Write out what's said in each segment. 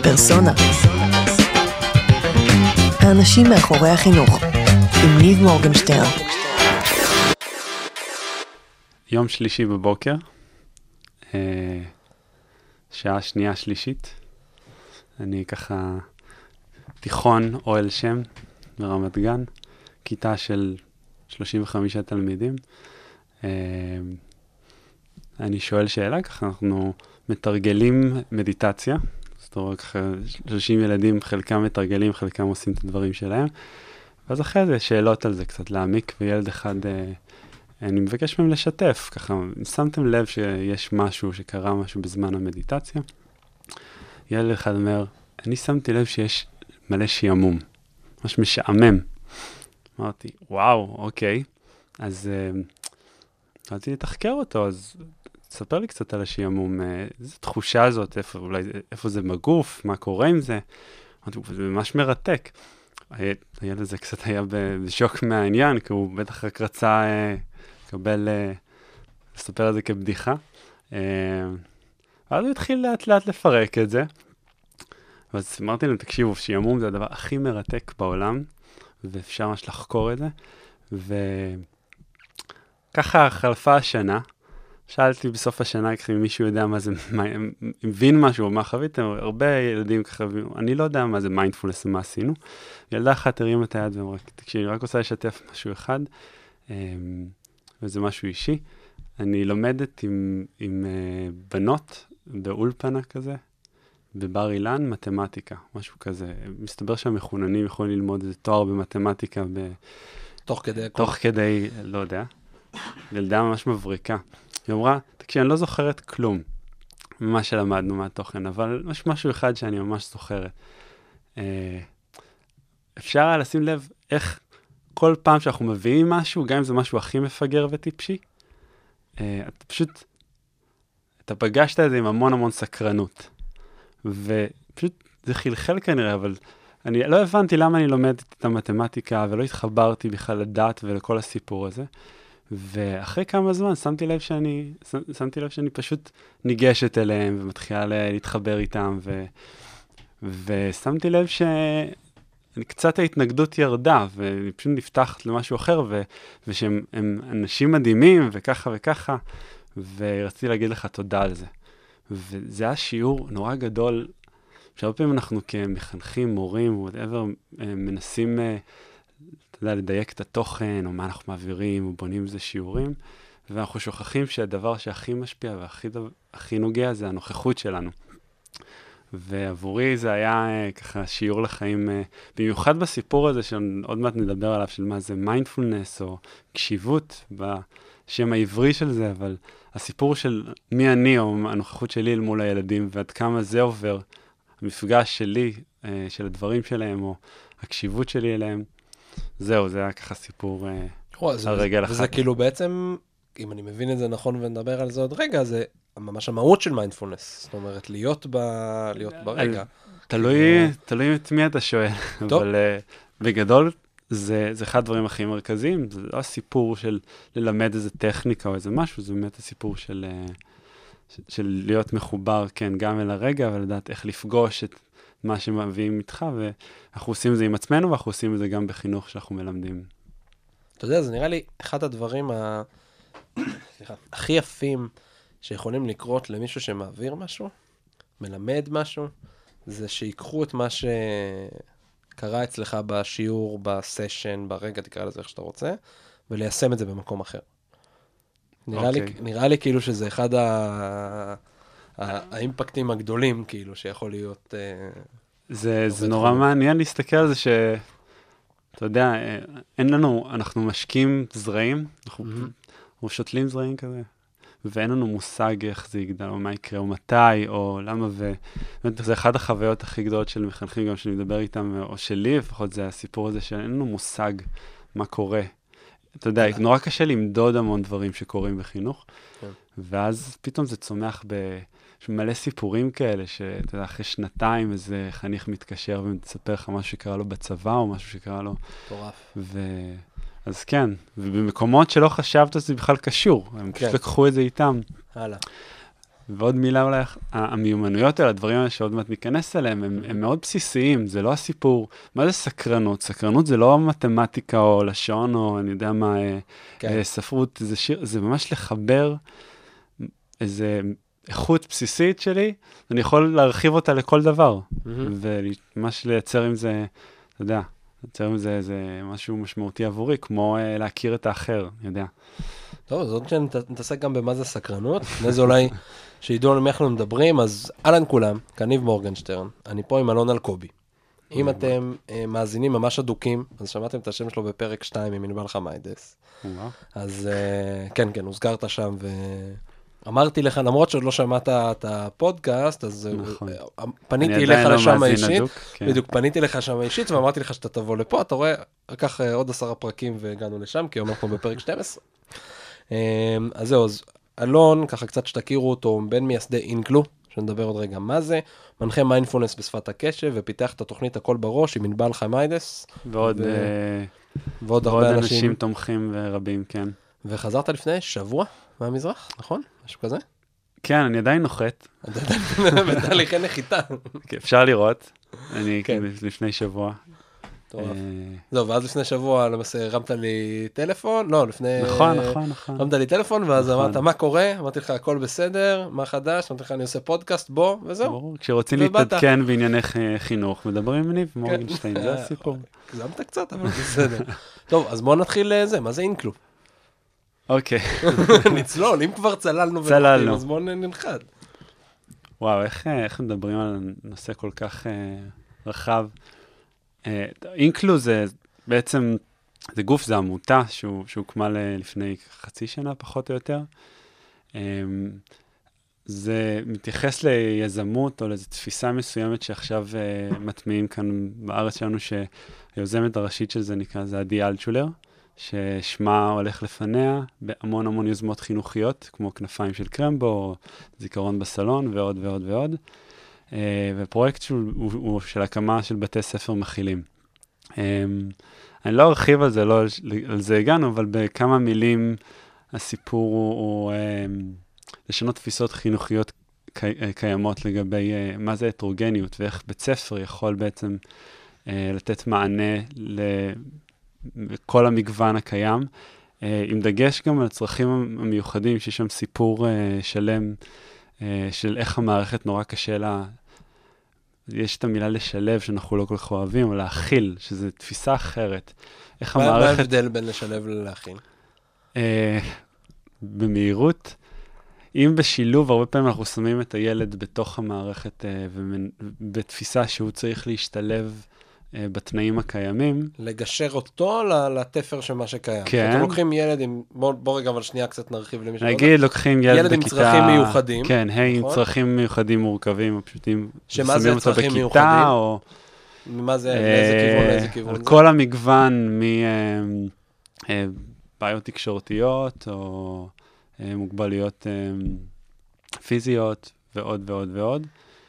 פרסונה. האנשים מאחורי החינוך, עם ניב מורגנשטיין. יום שלישי בבוקר, שעה שנייה שלישית. אני ככה תיכון אוהל שם ברמת גן, כיתה של 35 תלמידים. אני שואל שאלה, ככה אנחנו מתרגלים מדיטציה. זאת אומרת, ככה 30 ילדים, חלקם מתרגלים, חלקם עושים את הדברים שלהם. ואז אחרי זה שאלות על זה קצת להעמיק, וילד אחד, אני מבקש מהם לשתף. ככה, שמתם לב שיש משהו, שקרה משהו בזמן המדיטציה. ילד אחד אומר, אני שמתי לב שיש מלא שיעמום, ממש משעמם. אמרתי, וואו, אוקיי. אז רציתי לתחקר אותו, אז תספר לי קצת על השיעמום, איזו תחושה הזאת, איפה זה בגוף, מה קורה עם זה. אמרתי, זה ממש מרתק. הילד הזה קצת היה בשוק מהעניין, כי הוא בטח רק רצה לספר את זה כבדיחה. אז הוא התחיל לאט לאט לפרק את זה. ואז אמרתי להם, תקשיבו, שיעמום זה הדבר הכי מרתק בעולם, ואפשר ממש לחקור את זה. וככה חלפה השנה. שאלתי בסוף השנה, אם מישהו יודע מה זה, מבין משהו או מה חוויתם, הרבה ילדים ככה, אני לא יודע מה זה מיינדפולנס ומה עשינו. ילדה אחת הרים את היד ואמרה, תקשיבי, אני רק רוצה לשתף משהו אחד, וזה משהו אישי. אני לומדת עם בנות באולפנה כזה, בבר אילן, מתמטיקה, משהו כזה. מסתבר שהמחוננים יכולים ללמוד איזה תואר במתמטיקה, תוך כדי, לא יודע. ילדה ממש מבריקה. היא אמרה, תקשיב, אני לא זוכרת כלום ממה שלמדנו מהתוכן, אבל יש משהו אחד שאני ממש זוכרת. אפשר היה לשים לב איך כל פעם שאנחנו מביאים משהו, גם אם זה משהו הכי מפגר וטיפשי, אתה פגשת את זה עם המון המון סקרנות. ופשוט זה חלחל כנראה, אבל אני לא הבנתי למה אני לומדת את המתמטיקה, ולא התחברתי בכלל לדעת ולכל הסיפור הזה. ואחרי כמה זמן שמתי לב שאני פשוט ניגשת אליהם ומתחילה להתחבר איתם, ושמתי לב שקצת ההתנגדות ירדה, ואני פשוט נפתחת למשהו אחר, ושהם אנשים מדהימים וככה וככה, ורציתי להגיד לך תודה על זה. וזה היה שיעור נורא גדול, שהרבה פעמים אנחנו כמחנכים, מורים, מנסים לדייק את התוכן, או מה אנחנו מעבירים, או בונים איזה שיעורים, ואנחנו שוכחים שהדבר שהכי משפיע והכי נוגע זה הנוכחות שלנו. ועבורי זה היה ככה שיעור לחיים, במיוחד בסיפור הזה שעוד מעט נדבר עליו, של מה זה מיינדפולנס או קשיבות, בשם העברי של זה, אבל הסיפור של מי אני, או הנוכחות שלי אל מול הילדים, ועד כמה זה עובר, המפגש שלי, של הדברים שלהם, או הקשיבות שלי אליהם, זהו, זה היה ככה סיפור על רגל אחת. וזה כאילו בעצם, אם אני מבין את זה נכון ונדבר על זה עוד רגע, זה ממש המהות של מיינדפולנס. זאת אומרת, להיות ברגע. תלוי את מי אתה שואל. אבל בגדול, זה אחד הדברים הכי מרכזיים. זה לא הסיפור של ללמד איזה טכניקה או איזה משהו, זה באמת הסיפור של להיות מחובר, כן, גם אל הרגע, ולדעת איך לפגוש את מה שמביאים איתך, ואנחנו עושים את זה עם עצמנו, ואנחנו עושים את זה גם בחינוך שאנחנו מלמדים. אתה יודע, זה נראה לי אחד הדברים הכי יפים שיכולים לקרות למישהו שמעביר משהו, מלמד משהו, זה שיקחו את מה שקרה אצלך בשיעור, בסשן, ברגע, תקרא לזה איך שאתה רוצה, וליישם את זה במקום אחר. נראה לי כאילו שזה אחד האימפקטים הגדולים, כאילו, שיכול להיות זה נורא מעניין להסתכל על זה אתה יודע, אנחנו משקים זרעים, אנחנו שותלים זרעים כזה, ואין לנו מושג איך זה יגדל, או מה יקרה, או מתי, או למה, זה אחד החוויות הכי גדולות של מחנכים, גם שאני מדבר איתם, או שלי, לפחות זה הסיפור הזה, שאין לנו מושג מה קורה. אתה יודע, נורא קשה למדוד המון דברים שקורים בחינוך, ואז פתאום זה צומח מלא סיפורים כאלה, שאתה יודע, אחרי שנתיים איזה חניך מתקשר ומספר לך משהו שקרה לו בצבא, או משהו שקרה לו. טורף. אז כן, ובמקומות שלא חשבת שזה בכלל קשור, הם פשוט לקחו את זה איתם. הלאה. ועוד מילה אולי, המיומנויות האלה, הדברים האלה שעוד מעט ניכנס אליהם, הם מאוד בסיסיים, זה לא הסיפור. מה זה סקרנות? סקרנות זה לא מתמטיקה או לשון, או אני יודע מה, ספרות, זה ממש לחבר איזה איכות בסיסית שלי, אני יכול להרחיב אותה לכל דבר, וממש לייצר עם זה, אתה יודע, לייצר עם זה משהו משמעותי עבורי, כמו להכיר את האחר, אני יודע. טוב, זאת שנתעסק גם במה זה סקרנות, לפני זה אולי שידעו על מי אנחנו מדברים, אז אהלן כולם, כניב מורגנשטרן, אני פה עם אלון אלקובי. אם אתם מאזינים ממש אדוקים, אז שמעתם את השם שלו בפרק 2 עם ענבל חמיידס. אז כן, הוזכרת שם ואמרתי לך, למרות שעוד לא שמעת את הפודקאסט, אז פניתי לך לשם האישית, בדיוק פניתי לך שם האישית ואמרתי לך שאתה תבוא לפה, אתה רואה, לקח עוד 10 פרקים והגענו לשם, כי אנחנו בפרק 12. אז זהו, אז אלון, ככה קצת שתכירו אותו, בין מייסדי אינקלו, שנדבר עוד רגע מה זה, מנחה מיינדפולנס בשפת הקשב, ופיתח את התוכנית הכל בראש עם ענבל חמיידס. ועוד הרבה אנשים תומכים ורבים, כן. וחזרת לפני שבוע מהמזרח, נכון? משהו כזה? כן, אני עדיין נוחת. בתהליכי נחיתה. אפשר לראות, אני לפני שבוע. זהו, ואז לפני שבוע, למעשה, הרמת לי טלפון, לא, לפני... נכון. הרמת לי טלפון, ואז אמרת, מה קורה? אמרתי לך, הכל בסדר, מה חדש? אמרתי לך, אני עושה פודקאסט, בוא, וזהו. ברור, כשרוצים להתעדכן בענייני חינוך, מדברים עם ניב מורגנשטיין, זה הסיפור. גזמת קצת, אבל בסדר. טוב, אז בואו נתחיל זה, מה זה אינקלו? אוקיי. נצלול, אם כבר צללנו, אז בואו ננחת. וואו, איך מדברים על נושא כל כך רחב? אינקלו זה בעצם, זה גוף, זה עמותה שהוקמה לפני חצי שנה, פחות או יותר. זה מתייחס ליזמות או לאיזו תפיסה מסוימת שעכשיו מטמיעים כאן בארץ שלנו, שהיוזמת הראשית של זה נקרא, זה עדי אלטשולר, ששמה הולך לפניה בהמון יוזמות חינוכיות, כמו כנפיים של קרמבו, או זיכרון בסלון ועוד ועוד ועוד. ופרויקט הוא של הקמה של בתי ספר מכילים. אני לא ארחיב על זה, לא על זה הגענו, אבל בכמה מילים הסיפור הוא לשנות תפיסות חינוכיות קיימות לגבי מה זה הטרוגניות, ואיך בית ספר יכול בעצם לתת מענה לכל המגוון הקיים, עם דגש גם על הצרכים המיוחדים, שיש שם סיפור שלם של איך המערכת נורא קשה לה, יש את המילה לשלב שאנחנו לא כל כך אוהבים, או להכיל, שזו תפיסה אחרת. איך המערכת... מה ההבדל בין לשלב ללהכיל? במהירות, אם בשילוב, הרבה פעמים אנחנו שמים את הילד בתוך המערכת, ובתפיסה שהוא צריך להשתלב בתנאים הקיימים. לגשר אותו לתפר של מה שקיים. כן. אתם לוקחים ילד עם, בוא רגע, אבל שנייה קצת נרחיב למי שלא יודע. נגיד, לוקחים ילד בכיתה... עם צרכים מיוחדים. כן, עם צרכים מיוחדים מורכבים, או פשוטים. שמה זה צרכים מיוחדים? או... מה זה, לאיזה כיוון זה? על כל המגוון מבעיות תקשורתיות, או מוגבלויות פיזיות, ועוד ועוד ועוד.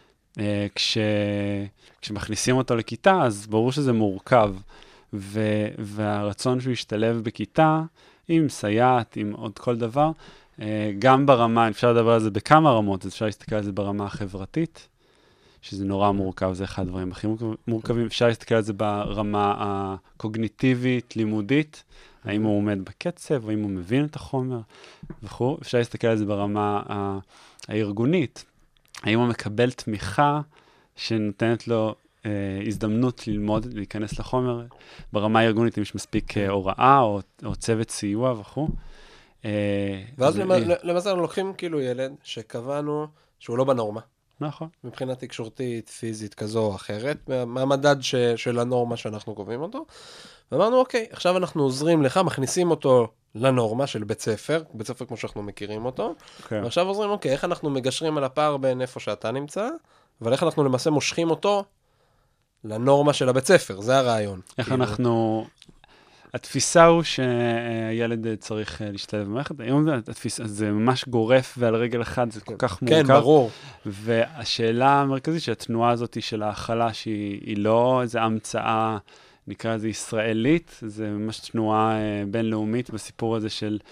כשמכניסים אותו לכיתה, אז ברור שזה מורכב, והרצון שהוא ישתלב בכיתה, עם סייעת, עם עוד כל דבר, גם ברמה, אפשר לדבר על זה בכמה רמות, אז אפשר להסתכל על זה ברמה החברתית, שזה נורא מורכב, זה אחד הדברים הכי מורכבים, אפשר להסתכל על זה ברמה הקוגניטיבית, לימודית, האם הוא עומד בקצב, או האם הוא מבין את החומר, וכו'. אפשר להסתכל על זה ברמה הארגונית, האם הוא מקבל תמיכה שנותנת לו הזדמנות ללמוד, להיכנס לחומר, ברמה הארגונית, אם יש מספיק הוראה או צוות סיוע וכו'. ואז למעשה אנחנו לוקחים כאילו ילד שקבענו שהוא לא בנורמה. נכון. מבחינה תקשורתית, פיזית כזו או אחרת, מהמדד של הנורמה שאנחנו קובעים אותו. ואמרנו, אוקיי, עכשיו אנחנו עוזרים לך, מכניסים אותו לנורמה של בית ספר כמו שאנחנו מכירים אותו, ועכשיו עוזרים, אוקיי, איך אנחנו מגשרים על הפער בין איפה שאתה נמצא, אבל איך אנחנו למעשה מושכים אותו לנורמה של הבית ספר, זה הרעיון. איך אנחנו... התפיסה הוא שהילד צריך להשתלב במערכת, היום התפיסה, זה ממש גורף ועל רגל אחד, זה כל כך מורכב. כן, ברור. והשאלה המרכזית שהתנועה הזאת של ההכלה, שהיא לא איזו המצאה, נקרא לזה ישראלית, זה ממש תנועה בינלאומית בסיפור הזה של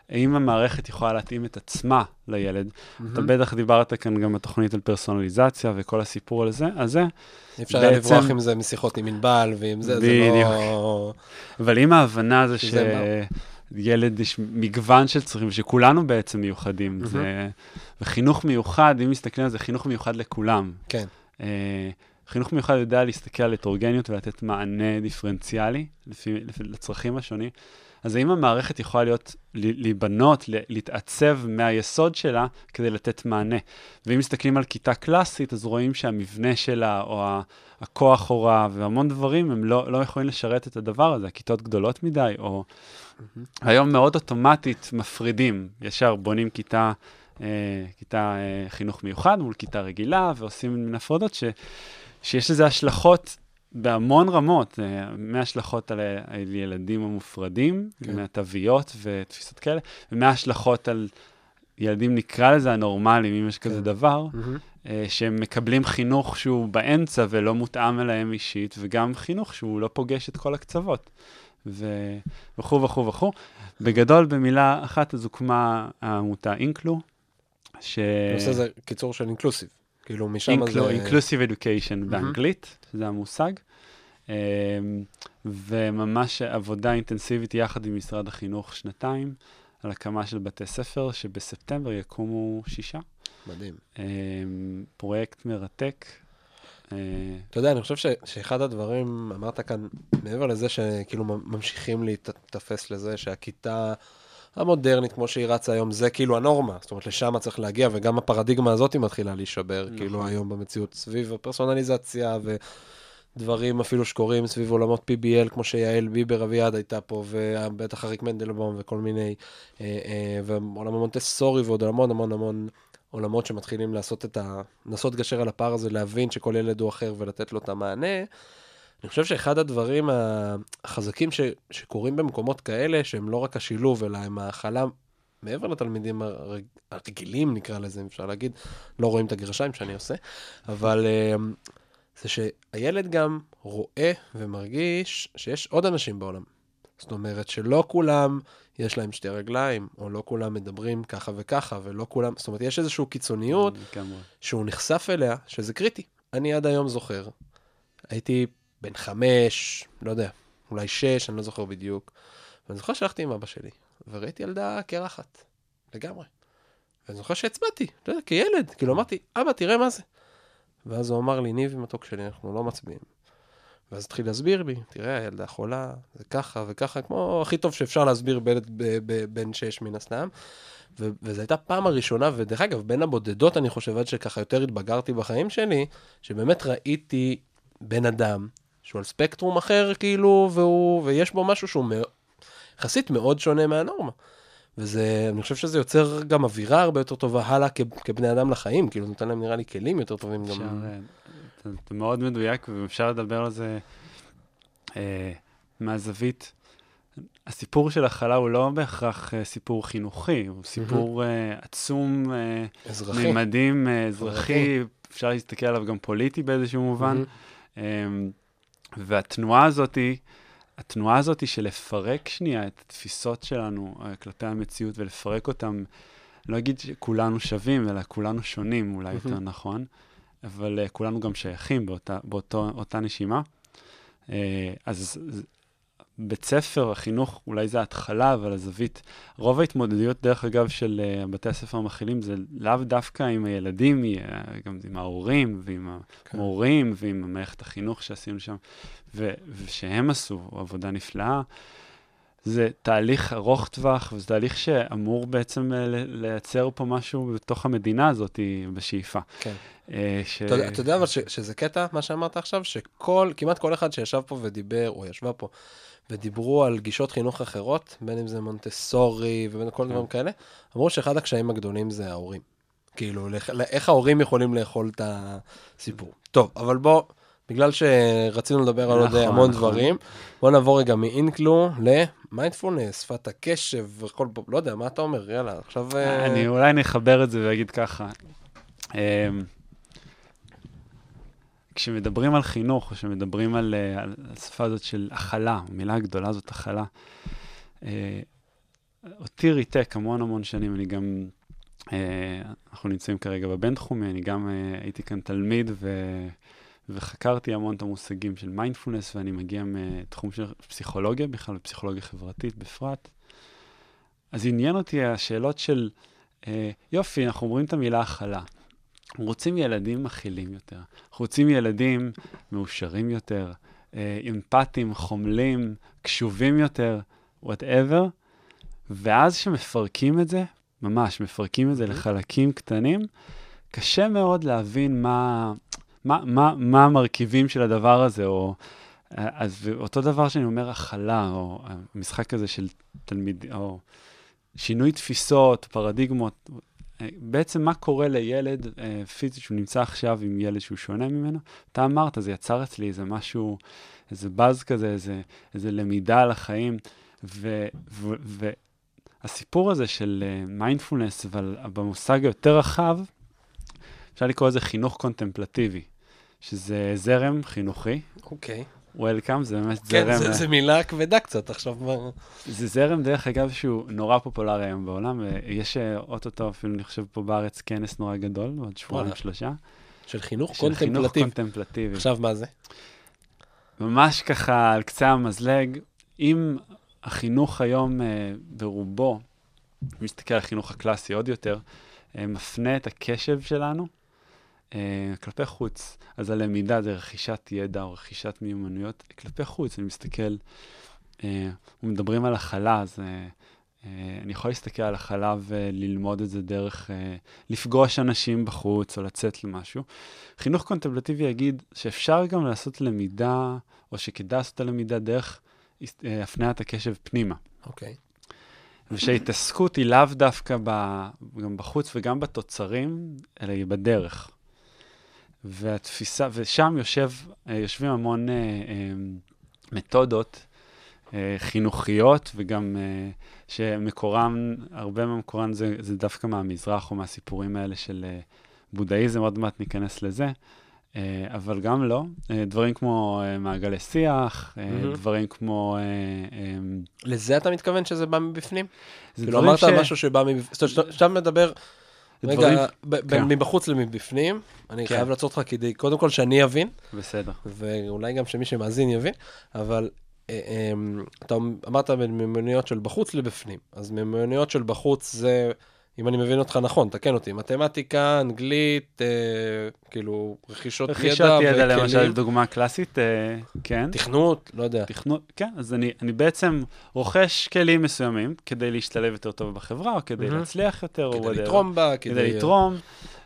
האם המערכת יכולה להתאים את עצמה לילד. אתה בטח דיברת כאן גם בתוכנית על פרסונליזציה וכל הסיפור על זה, אז זה אפשר היה לברוח עם זה משיחות עם ענבל, ועם זה, זה לא... אבל עם ההבנה זה שילד יש מגוון של צרכים, שכולנו בעצם מיוחדים. וחינוך מיוחד, אם מסתכלים על זה, חינוך מיוחד לכולם. כן. חינוך מיוחד יודע להסתכל על הטרוגניות ולתת מענה דיפרנציאלי לצרכים השונים. אז האם המערכת יכולה להיבנות, להתעצב מהיסוד שלה כדי לתת מענה? ואם מסתכלים על כיתה קלאסית, אז רואים שהמבנה שלה, או הכוח הוראה, והמון דברים, הם לא יכולים לשרת את הדבר הזה. הכיתות גדולות מדי, או היום מאוד אוטומטית מפרידים. ישר בונים כיתה חינוך מיוחד מול כיתה רגילה, ועושים מנפרדות שיש לזה השלכות בהמון רמות, מההשלכות על ילדים המופרדים, מהטבעיות ותפיסות כאלה, ומההשלכות על ילדים, נקרא לזה הנורמליים, אם יש כזה דבר, שהם מקבלים חינוך שהוא באמצע ולא מותאם אליהם אישית, וגם חינוך שהוא לא פוגש את כל הקצוות, וכו' וכו' וכו'. בגדול, במילה אחת, אז הוקמה העמותה אינקלו, נושא זה קיצור של אינקלוסיב. כאילו משם זה... Inclusive Education באנגלית, זה המושג, וממש עבודה אינטנסיבית יחד עם משרד החינוך 2 על הקמה של בתי ספר, שבספטמבר יקומו 6. מדהים. פרויקט מרתק. אתה יודע, אני חושב שאחד הדברים, אמרת כאן, מעבר לזה שכאילו ממשיכים להתאפס לזה, שהכיתה המודרנית, כמו שהיא רצה היום, זה כאילו הנורמה. זאת אומרת, לשם צריך להגיע, וגם הפרדיגמה הזאת היא מתחילה להישבר, כאילו היום במציאות סביב הפרסונליזציה, ודברים אפילו שקורים סביב עולמות PBL, כמו שיעל ביבר אביעד הייתה פה, ובטח אריק מנדלבום וכל מיני, ועולם המונטסורי ועוד המון המון המון עולמות שמתחילים לנסות גשר על הפער הזה, להבין שכל ילד הוא אחר ולתת לו את המענה. אני חושב שאחד הדברים החזקים שקורים במקומות כאלה, שהם לא רק השילוב, אלא הם ההכלה מעבר לתלמידים הרגילים, נקרא לזה, אם אפשר להגיד, לא רואים את הגרשיים שאני עושה, אבל זה שהילד גם רואה ומרגיש שיש עוד אנשים בעולם. זאת אומרת שלא כולם יש להם 2 רגליים, או לא כולם מדברים ככה וככה, ולא כולם, זאת אומרת, יש איזושהי קיצוניות שהוא נחשף אליה, שזה קריטי. אני עד היום זוכר, הייתי בן 5, לא יודע, אולי 6, אני לא זוכר בדיוק, ואני זוכר שהלכתי עם אבא שלי, וראיתי ילדה קרחת, לגמרי. ואני זוכר שהצבעתי, לא יודע, כילד, כאילו אמרתי, אבא, תראה מה זה. ואז הוא אמר לי, ניב עם מתוק שלי, אנחנו לא מצביעים. ואז התחיל להסביר לי, תראה, הילדה חולה, זה ככה וככה, כמו הכי טוב שאפשר להסביר בן 6 מן הסתם. וזו הייתה פעם הראשונה, ודרך אגב, בין הבודדות, אני חושב, עד שככה יותר התבגרתי בחיים שלי, שבאמת ראיתי בן אדם, שהוא על ספקטרום אחר, כאילו, ויש בו משהו שהוא יחסית מאוד שונה מהנורמה. וזה, אני חושב שזה יוצר גם אווירה הרבה יותר טובה הלאה כבני אדם לחיים, כאילו, נותן להם נראה לי כלים יותר טובים גם. זה מאוד מדויק, ואפשר לדבר על זה מהזווית. הסיפור של החלה הוא לא בהכרח סיפור חינוכי, הוא סיפור עצום, ממדים אזרחי, אפשר להסתכל עליו גם פוליטי באיזשהו מובן. והתנועה הזאת של לפרק שנייה את התפיסות שלנו כלפי המציאות ולפרק אותם, לא אגיד שכולנו שווים, אלא כולנו שונים, אולי יותר נכון, אבל כולנו גם שייכים באותה נשימה. אז בית ספר, החינוך, אולי זה ההתחלה, אבל הזווית, רוב ההתמודדויות, דרך אגב, של בתי הספר המכילים, זה לאו דווקא עם הילדים, גם עם ההורים, ועם המורים, ועם מערכת החינוך שעשינו שם, ושהם עשו עבודה נפלאה. זה תהליך ארוך טווח, וזה תהליך שאמור בעצם לייצר פה משהו בתוך המדינה הזאת, בשאיפה. כן. אתה יודע אבל שזה קטע, מה שאמרת עכשיו, כמעט כל אחד שישב פה ודיבר, או ישבה פה, ודיברו על גישות חינוך אחרות, בין אם זה מונטסורי ובין כל דברים כאלה, אמרו שאחד הקשיים הגדולים זה ההורים. כאילו, איך ההורים יכולים לאכול את הסיפור. טוב, אבל בוא, בגלל שרצינו לדבר על עוד המון דברים, בוא נעבור רגע מאינקלו למיינדפולנס, שפת הקשב וכל, לא יודע, מה אתה אומר? יאללה, עכשיו... אני אולי נחבר את זה ואגיד ככה. כשמדברים על חינוך, או כשמדברים על השפה הזאת של הכלה, המילה הגדולה הזאת הכלה, אותי ריתק המון שנים, אני גם, אנחנו נמצאים כרגע בבינתחומי, אני גם הייתי כאן תלמיד וחקרתי המון את המושגים של מיינדפולנס, ואני מגיע מתחום של פסיכולוגיה בכלל, ופסיכולוגיה חברתית בפרט. אז עניין אותי השאלות של, יופי, אנחנו אומרים את המילה הכלה. אנחנו רוצים ילדים מכילים יותר, אנחנו רוצים ילדים מאושרים יותר, אמפתיים, חומלים, קשובים יותר, whatever, ואז שמפרקים את זה, ממש מפרקים את זה לחלקים קטנים, קשה מאוד להבין מה המרכיבים של הדבר הזה, אז אותו דבר שאני אומר, הכלה, או המשחק הזה של תלמיד, או שינוי תפיסות, פרדיגמות, בעצם מה קורה לילד פיזי שהוא נמצא עכשיו עם ילד שהוא שונה ממנו? אתה אמרת, זה יצר אצלי איזה משהו, איזה באז כזה, איזה למידה על החיים, והסיפור הזה של מיינדפולנס, אבל במושג היותר רחב, אפשר לקרוא לזה חינוך קונטמפלטיבי, שזה זרם חינוכי. אוקיי. וולקאם, זה באמת זרם... כן, זה מילה כבדה קצת, עכשיו מה... זה זרם, דרך אגב, שהוא נורא פופולרי היום בעולם, ויש אוטוטו, אפילו אני חושב פה בארץ, כנס נורא גדול, עוד שבועיים 3. של חינוך של חינוך קונטמפלטיבי. עכשיו מה זה? ממש ככה, על קצה המזלג, אם החינוך היום ברובו, מסתכל על החינוך הקלאסי עוד יותר, מפנה את הקשב שלנו, כלפי חוץ. אז הלמידה זה רכישת ידע או רכישת מיומנויות כלפי חוץ. אני מסתכל, ומדברים על הכלה, אז אני יכול להסתכל על הכלה וללמוד את זה דרך לפגוש אנשים בחוץ או לצאת למשהו. חינוך קונטמפלטיבי יגיד שאפשר גם לעשות למידה, או שכדאי לעשות למידה דרך הפניית הקשב פנימה. אוקיי. ושההתעסקות היא לאו דווקא גם בחוץ וגם בתוצרים, אלא היא בדרך. והתפיסה, ושם יושבים המון מתודות חינוכיות, וגם שמקורם, הרבה מהמקורן זה דווקא מהמזרח או מהסיפורים האלה של בודהיזם, עוד מעט ניכנס לזה, אבל גם לא. דברים כמו מעגלי שיח, דברים כמו... לזה אתה מתכוון שזה בא מבפנים? כאילו אמרת משהו שבא מבפנים, שאתה מדבר... רגע, מבחוץ למבפנים, אני חייב לעצור אותך כדי, קודם כל שאני אבין. בסדר. ואולי גם שמי שמאזין יבין, אבל אתה אמרת מיומנויות של בחוץ לבפנים. אז מיומנויות של בחוץ זה, אם אני מבין אותך נכון, תקן אותי, מתמטיקה, אנגלית, כאילו רכישות ידע. רכישות ידע, למשל, דוגמה קלאסית, כן. תכנות, לא יודע. תכנות, כן, אז אני בעצם רוכש כלים מסוימים, כדי להשתלב יותר טוב בחברה, או כדי להצליח יותר, כדי לתרום בה, כדי לתרום,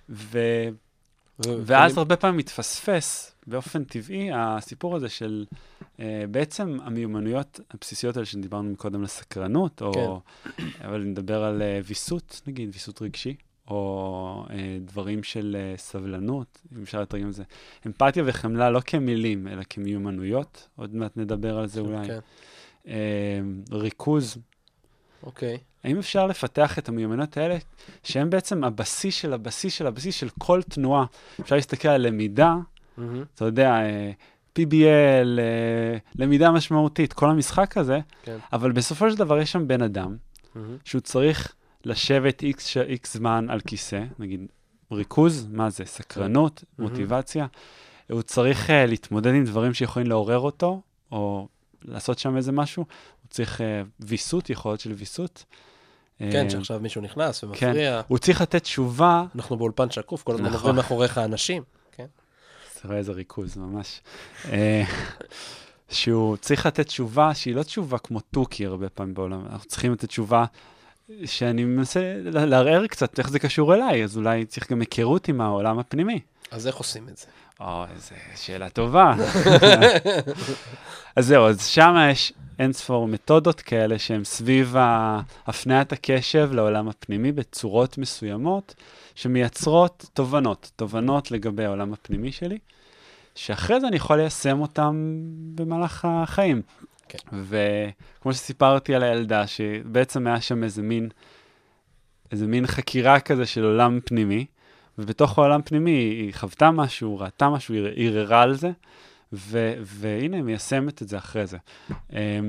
ואז הרבה פעמים מתפספס, באופן טבעי, הסיפור הזה של בעצם המיומנויות הבסיסיות האלה שדיברנו מקודם לסקרנות, אבל נדבר על ויסות, נגיד, ויסות רגשי, או דברים של סבלנות, אם אפשר לתרגם את זה. אמפתיה וחמלה לא כמילים, אלא כמיומנויות, עוד מעט נדבר על זה אולי. ריכוז. אוקיי. האם אפשר לפתח את המיומנויות האלה, שהן בעצם הבסיס של הבסיס של הבסיס של כל תנועה? אפשר להסתכל על למידה, אתה יודע, PBL, למידה משמעותית, כל המשחק הזה, אבל בסופו של דבר יש שם בן אדם, שהוא צריך לשבת X זמן על כיסא, נגיד ריכוז, מה זה? סקרנות, מוטיבציה, הוא צריך להתמודד עם דברים שיכולים לעורר אותו, או לעשות שם איזה משהו, הוא צריך ויסות, יכולת של ויסות. כן, שעכשיו מישהו נכנס ומפריע. הוא צריך לתת תשובה. אנחנו באולפן שקוף, כל הזמן עוברים מאחוריך אנשים. זה רואה איזה ריכוז, ממש. שהוא צריך לתת תשובה שהיא לא תשובה כמו טוקי הרבה פעמים בעולם. אנחנו צריכים לתת תשובה שאני מנסה לערער קצת איך זה קשור אליי, אז אולי צריך גם היכרות עם העולם הפנימי. אז איך עושים את זה? איזו שאלה טובה. אז זהו, אז שם יש אינספור מתודות כאלה שהן סביב הפניית הקשב לעולם הפנימי בצורות מסוימות, שמייצרות תובנות לגבי העולם הפנימי שלי, שאחרי זה אני יכול ליישם אותם במהלך החיים. כן. וכמו שסיפרתי על הילדה, שבעצם היה שם איזה מין חקירה כזה של עולם פנימי, ובתוך העולם פנימי היא חוותה משהו, ראתה משהו, היא ערערה על זה, והנה, היא מיישמת את זה אחרי זה.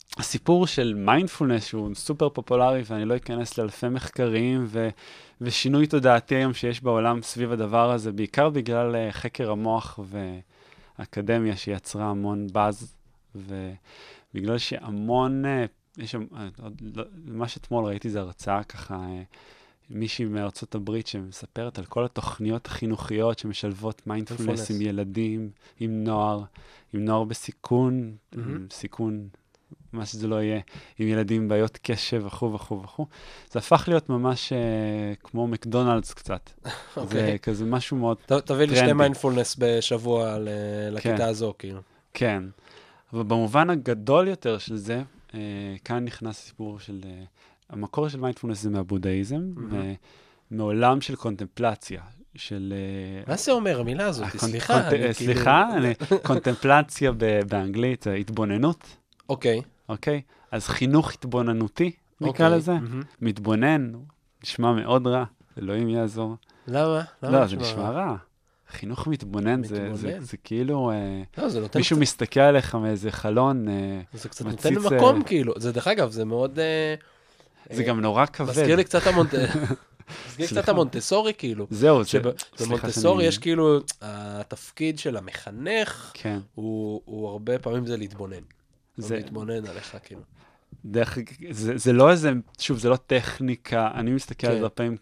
הסיפור של מיינדפולנס, שהוא סופר פופולרי, ואני לא אכנס לאלפי מחקרים, ושינוי תודעתי היום שיש בעולם סביב הדבר הזה, בעיקר בגלל חקר המוח והאקדמיה שיצרה המון באז, ובגלל שהמון, יש שם, ממש אתמול ראיתי זה הרצאה ככה, מישהי מארצות הברית שמספרת על כל התוכניות החינוכיות שמשלבות מיינדפולנס עם ילדים, עם נוער בסיכון, סיכון, מה שזה לא יהיה, עם ילדים עם בעיות קשב וכו' וכו' וכו'. זה הפך להיות ממש כמו מקדונלדס קצת. זה כזה משהו מאוד טרנדי. תביא לי 2 מיינדפולנס בשבוע לכיתה הזו, כאילו. כן. אבל במובן הגדול יותר של זה, כאן נכנס סיפור של... המקור של מיינדפולנס זה מהבודהיזם, מעולם של קונטמפלציה, של... מה זה אומר, המילה הזאת? סליחה, קונטמפלציה באנגלית, זה התבוננות. אוקיי. אוקיי? אז חינוך התבוננותי, נקרא לזה. מתבונן, נשמע מאוד רע, אלוהים יעזור. למה? לא, זה נשמע רע. חינוך מתבונן, זה כאילו... מישהו מסתכל עליך מאיזה חלון, זה קצת נותן מקום, כאילו. זה דרך אגב, זה מאוד... זה גם נורא כבד. מזכיר לי קצת המונטסורי, כאילו. זהו, במונטסורי יש כאילו, התפקיד של המחנך, הוא הרבה פעמים זה להתבונן. זה להתבונן עליך, כאילו. זה לא איזה, שוב, זה לא טכניקה, אני מסתכל על זה פעמים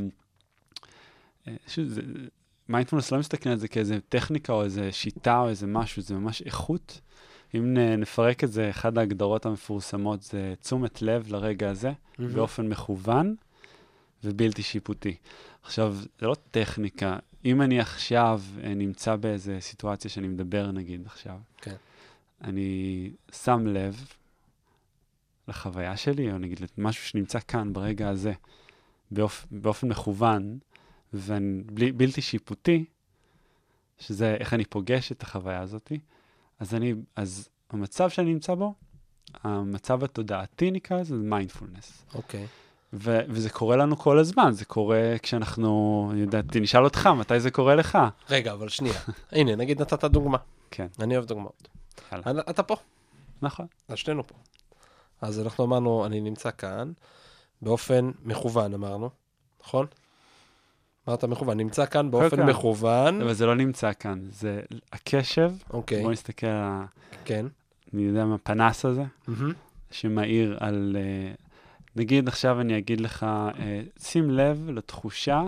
מיינדפולנס לא מסתכל על זה כאיזה טכניקה או איזה שיטה או איזה משהו, זה ממש איכות. אם נפרק את זה, אחד ההגדרות המפורסמות זה תשומת לב לרגע הזה, באופן מכוון ובלתי שיפוטי. עכשיו, זה לא טכניקה. אם אני עכשיו נמצא באיזה סיטואציה שאני מדבר, נגיד עכשיו, אני שם לב לחוויה שלי, או נגיד משהו שנמצא כאן ברגע הזה, באופן מכוון, ובלתי שיפוטי, שזה איך אני פוגש את החוויה הזאת, אז המצב שאני נמצא בו, המצב התודעתי נקרא לזה, זה מיינדפולנס. אוקיי. וזה קורה לנו כל הזמן, זה קורה כשאנחנו, אני יודעת, נשאל אותך, מתי זה קורה לך? רגע, אבל שנייה. הנה, נגיד נתת דוגמה. כן. אני אוהב דוגמאות. אתה פה. נכון. אז שנינו פה. אז אנחנו אמרנו, אני נמצא כאן, באופן מכוון אמרנו, נכון? אמרת מכוון, נמצא כאן באופן מכוון. אבל זה לא נמצא כאן, זה הקשב. אוקיי. בוא נסתכל על כן. אני יודע מה, הפנס הזה, שמאיר על, נגיד עכשיו אני אגיד לך, שים לב לתחושה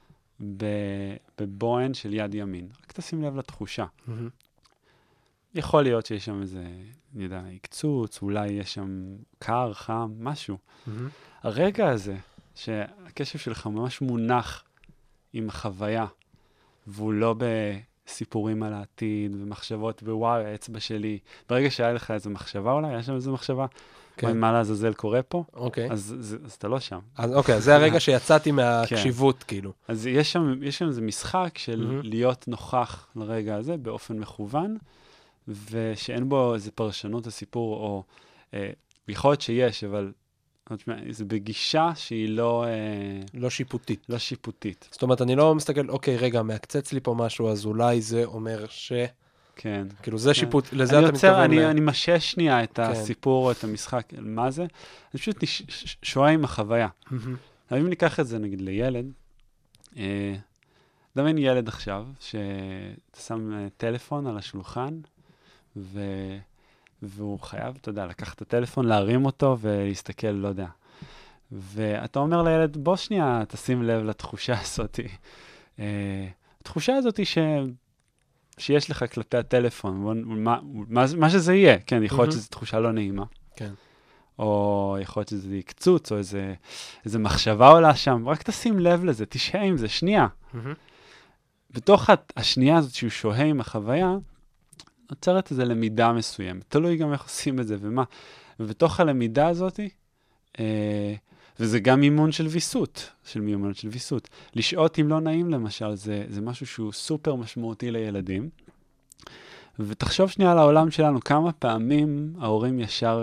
בבוהן של יד ימין. רק תשים לב לתחושה. יכול להיות שיש שם איזה, אני יודע, קצוץ, אולי יש שם קר, חם, משהו. הרגע הזה, שהקשב שלך ממש מונח עם החוויה, והוא לא בסיפורים על העתיד, ומחשבות בוואי, האצבע שלי. ברגע שהיה לך איזו מחשבה אולי, היה שם איזו מחשבה, מה לעזאזל קורה פה, אז אתה לא שם. אוקיי, זה הרגע שיצאתי מהקשיבות, כאילו. אז יש שם איזה משחק של להיות נוכח לרגע הזה באופן מכוון, ושאין בו איזו פרשנות הסיפור, או יכול להיות שיש, אבל זה בגישה שהיא לא שיפוטית. לא שיפוטית. זאת אומרת, אני לא מסתכל, אוקיי, רגע, מעקצץ לי פה משהו, אז אולי זה אומר כן. כאילו זה שיפוט, לזה אתה מתכוון. אני משש שנייה את הסיפור או את המשחק, מה זה? אני פשוט שואה עם החוויה. אם ניקח את זה, נגיד, לילד, דמיין ילד עכשיו, שאתה שם טלפון על השולחן, והוא חייב, אתה יודע, לקחת את הטלפון, להרים אותו ולהסתכל, לא יודע. ואתה אומר לילד, בוא שנייה, תשים לב לתחושה הזאת. התחושה הזאת שיש לך כלפי הטלפון, מה שזה יהיה, כן, יכול להיות שזו תחושה לא נעימה. כן. או יכול להיות שזה יקצוץ, או איזה מחשבה עולה שם, רק תשים לב לזה, תשהה עם זה, שנייה. בתוך השנייה הזאת שהוא שוהה עם החוויה, נוצרת איזו למידה מסוימת. תלוי גם איך עושים את זה ומה. ובתוך הלמידה הזאת, וזה גם מימון של ויסות, של מיומנות של ויסות. לשעות אם לא נעים למשל, זה משהו שהוא סופר משמעותי לילדים. ותחשוב שנייה על העולם שלנו, כמה פעמים ההורים ישר,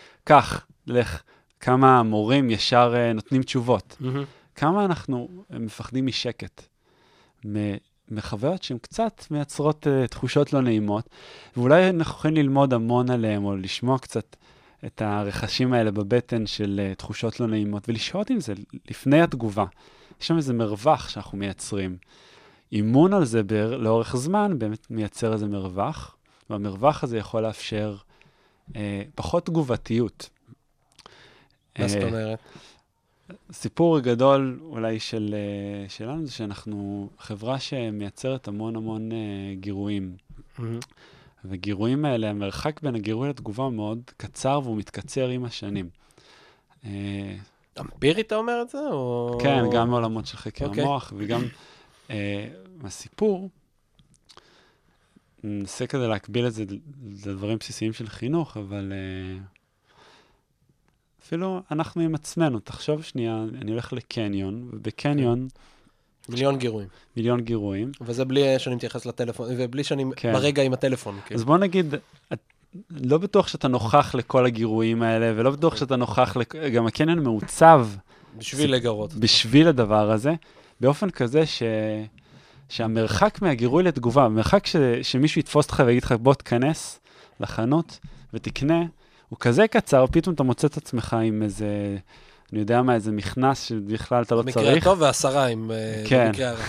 כמה המורים ישר נותנים תשובות. כמה אנחנו מפחדים משקט. מחוויות שהן קצת מייצרות תחושות לא נעימות, ואולי אנחנו יכולים ללמוד המון עליהם, או לשמוע קצת את הרכשים האלה בבטן של תחושות לא נעימות, ולשהות עם זה לפני התגובה. יש שם איזה מרווח שאנחנו מייצרים. אימון על זה לאורך זמן באמת מייצר איזה מרווח, והמרווח הזה יכול לאפשר פחות תגובתיות. מה זאת אומרת? סיפור גדול אולי שלנו זה שאנחנו חברה שמייצרת המון גירויים. וגירויים האלה, המרחק בין הגירוי לתגובה מאוד קצר והוא מתקצר עם השנים. אמפירית אתה אומר את זה? כן, גם מעולמות של חקר המוח וגם הסיפור. ננסה כזה להקביל את זה לדברים בסיסיים של חינוך, אבל אפילו אנחנו עם עצמנו. תחשוב שנייה, אני הולך לקניון, ובקניון... מיליון גירויים. וזה בלי שאני מתייחס לטלפון, ובלי שאני ברגע עם הטלפון. אז בוא נגיד, לא בטוח שאתה נוכח לכל הגירויים האלה, ולא בטוח שאתה נוכח, גם הקניון מעוצב. בשביל לגרות. בשביל הדבר הזה, באופן כזה שהמרחק מהגירוי לתגובה, המרחק שמישהו יתפוס אותך ויגיד לך, בוא תכנס לחנות ותקנה, הוא כזה קצר, פתאום אתה מוצא את עצמך עם איזה, אני יודע מה, איזה מכנס שבכלל אתה לא צריך. במקרה הטוב והשרה עם במקרה הרע.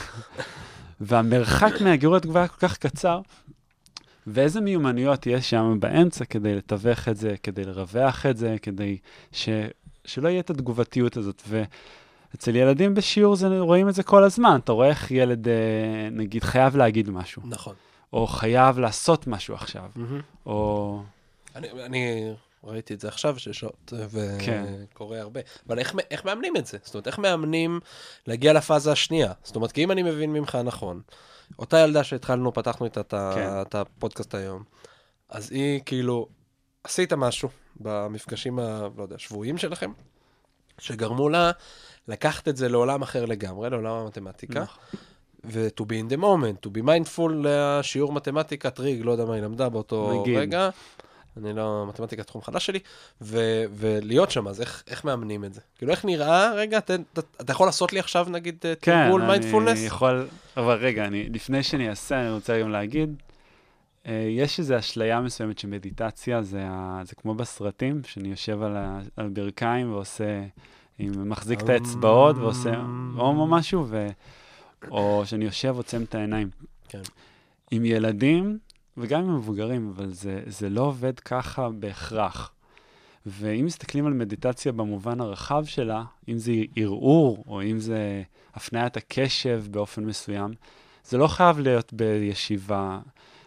והמרחק מהגירוי לתגובה היה כל כך קצר, ואיזה מיומנויות יש שם באמצע כדי לתווך את זה, כדי לרווח את זה, כדי שלא יהיה את התגובתיות הזאת. ואצל ילדים בשיעור רואים את זה כל הזמן. אתה רואה איך ילד, נגיד, חייב להגיד משהו. נכון. או חייב לעשות משהו עכשיו. או... אני ראיתי את זה עכשיו, ששות, וקורה הרבה. אבל איך מאמנים את זה? זאת אומרת, איך מאמנים להגיע לפאזה השנייה? זאת אומרת, כי אם אני מבין ממך נכון, אותה ילדה שהתחלנו, פתחנו את הפודקאסט היום, אז היא כאילו, עשית משהו במפגשים, לא יודע, שבועיים שלכם, שגרמו לה לקחת את זה לעולם אחר לגמרי, לעולם המתמטיקה, ו-to be in the moment, to be mindful לשיעור מתמטיקה, טריג, לא יודע מה היא למדה באותו רגע, אני לא, מתמטיקה תחום חדש שלי, ולהיות שם, אז איך מאמנים את זה? כאילו, איך נראה, רגע, אתה יכול לעשות לי עכשיו, נגיד, תרגול מיינדפולנס? כן, אני יכול, אבל רגע, לפני שאני אעשה, אני רוצה גם להגיד, יש איזו אשליה מסוימת שמדיטציה, זה כמו בסרטים, שאני יושב על ברכיים ועושה, מחזיק את האצבעות ועושה או משהו, או שאני יושב ועוצם את העיניים. כן. עם ילדים, וגם עם מבוגרים, אבל זה לא עובד ככה בהכרח. ואם מסתכלים על מדיטציה במובן הרחב שלה, אם זה ערעור, או אם זה הפניית הקשב באופן מסוים, זה לא חייב להיות בישיבה.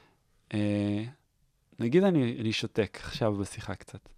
נגיד אני שותק עכשיו בשיחה קצת.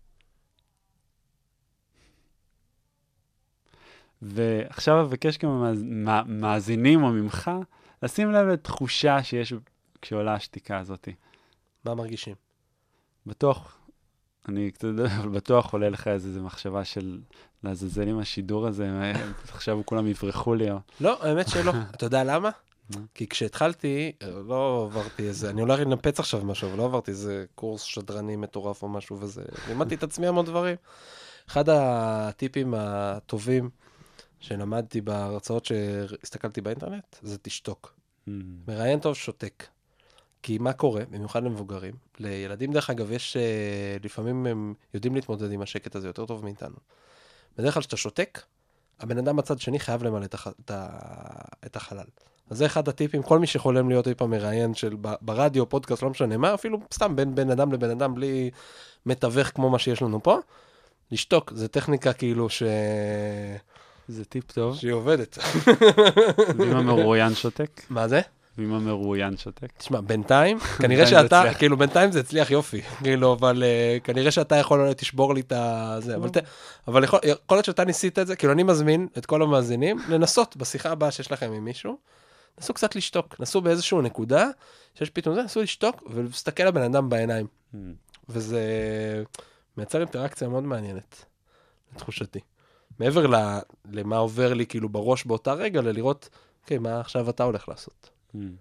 ועכשיו אבקש גם מאזינים או ממך, לשים לב לתחושה שיש כשעולה השתיקה הזאת. מה מרגישים? בטוח, אני קצת יודע, אבל בטוח עולה לך איזו מחשבה של לעזאזל עם השידור הזה, עכשיו כולם יברחו לי. לא, האמת שלא. אתה יודע למה? כי כשהתחלתי, לא עברתי איזה, אני אולי לנפץ עכשיו משהו, אבל לא עברתי איזה קורס שדרני מטורף או משהו וזה, לימדתי את עצמי המון דברים. אחד הטיפים הטובים שלמדתי בהרצאות שהסתכלתי באינטרנט, זה תשתוק. מראיין טוב שותק. כי מה קורה, במיוחד למבוגרים, לילדים דרך אגב יש, לפעמים הם יודעים להתמודד עם השקט הזה יותר טוב מאיתנו. בדרך כלל שאתה שותק, הבן אדם בצד שני חייב למלא את החלל. אז זה אחד הטיפים, כל מי שחולם להיות אי פעם מראיין של ברדיו, פודקאסט, לא משנה מה, אפילו סתם בין בן אדם לבן אדם, בלי מתווך כמו מה שיש לנו פה, לשתוק, זה טכניקה כאילו זה טיפ טוב. שהיא עובדת. ואם המרואיין שותק? מה זה? ואם המרואיין שותק? תשמע, בינתיים, כנראה שאתה, כאילו בינתיים זה הצליח יופי, כאילו, אבל כנראה שאתה יכול תשבור לי את זה, אבל יכול להיות שאתה ניסית את זה, כאילו אני מזמין את כל המאזינים לנסות בשיחה הבאה שיש לכם עם מישהו, נסו קצת לשתוק, נסו באיזשהו נקודה, שיש פתאום זה, נסו לשתוק ולהסתכל לבן אדם בעיניים. וזה מייצר אינטראקציה מאוד מעניינת, לתחושתי. מעבר למה עובר לי כאילו בראש באותה רגע, ללראות, אוקיי, מה עכשיו אתה הולך לעשות?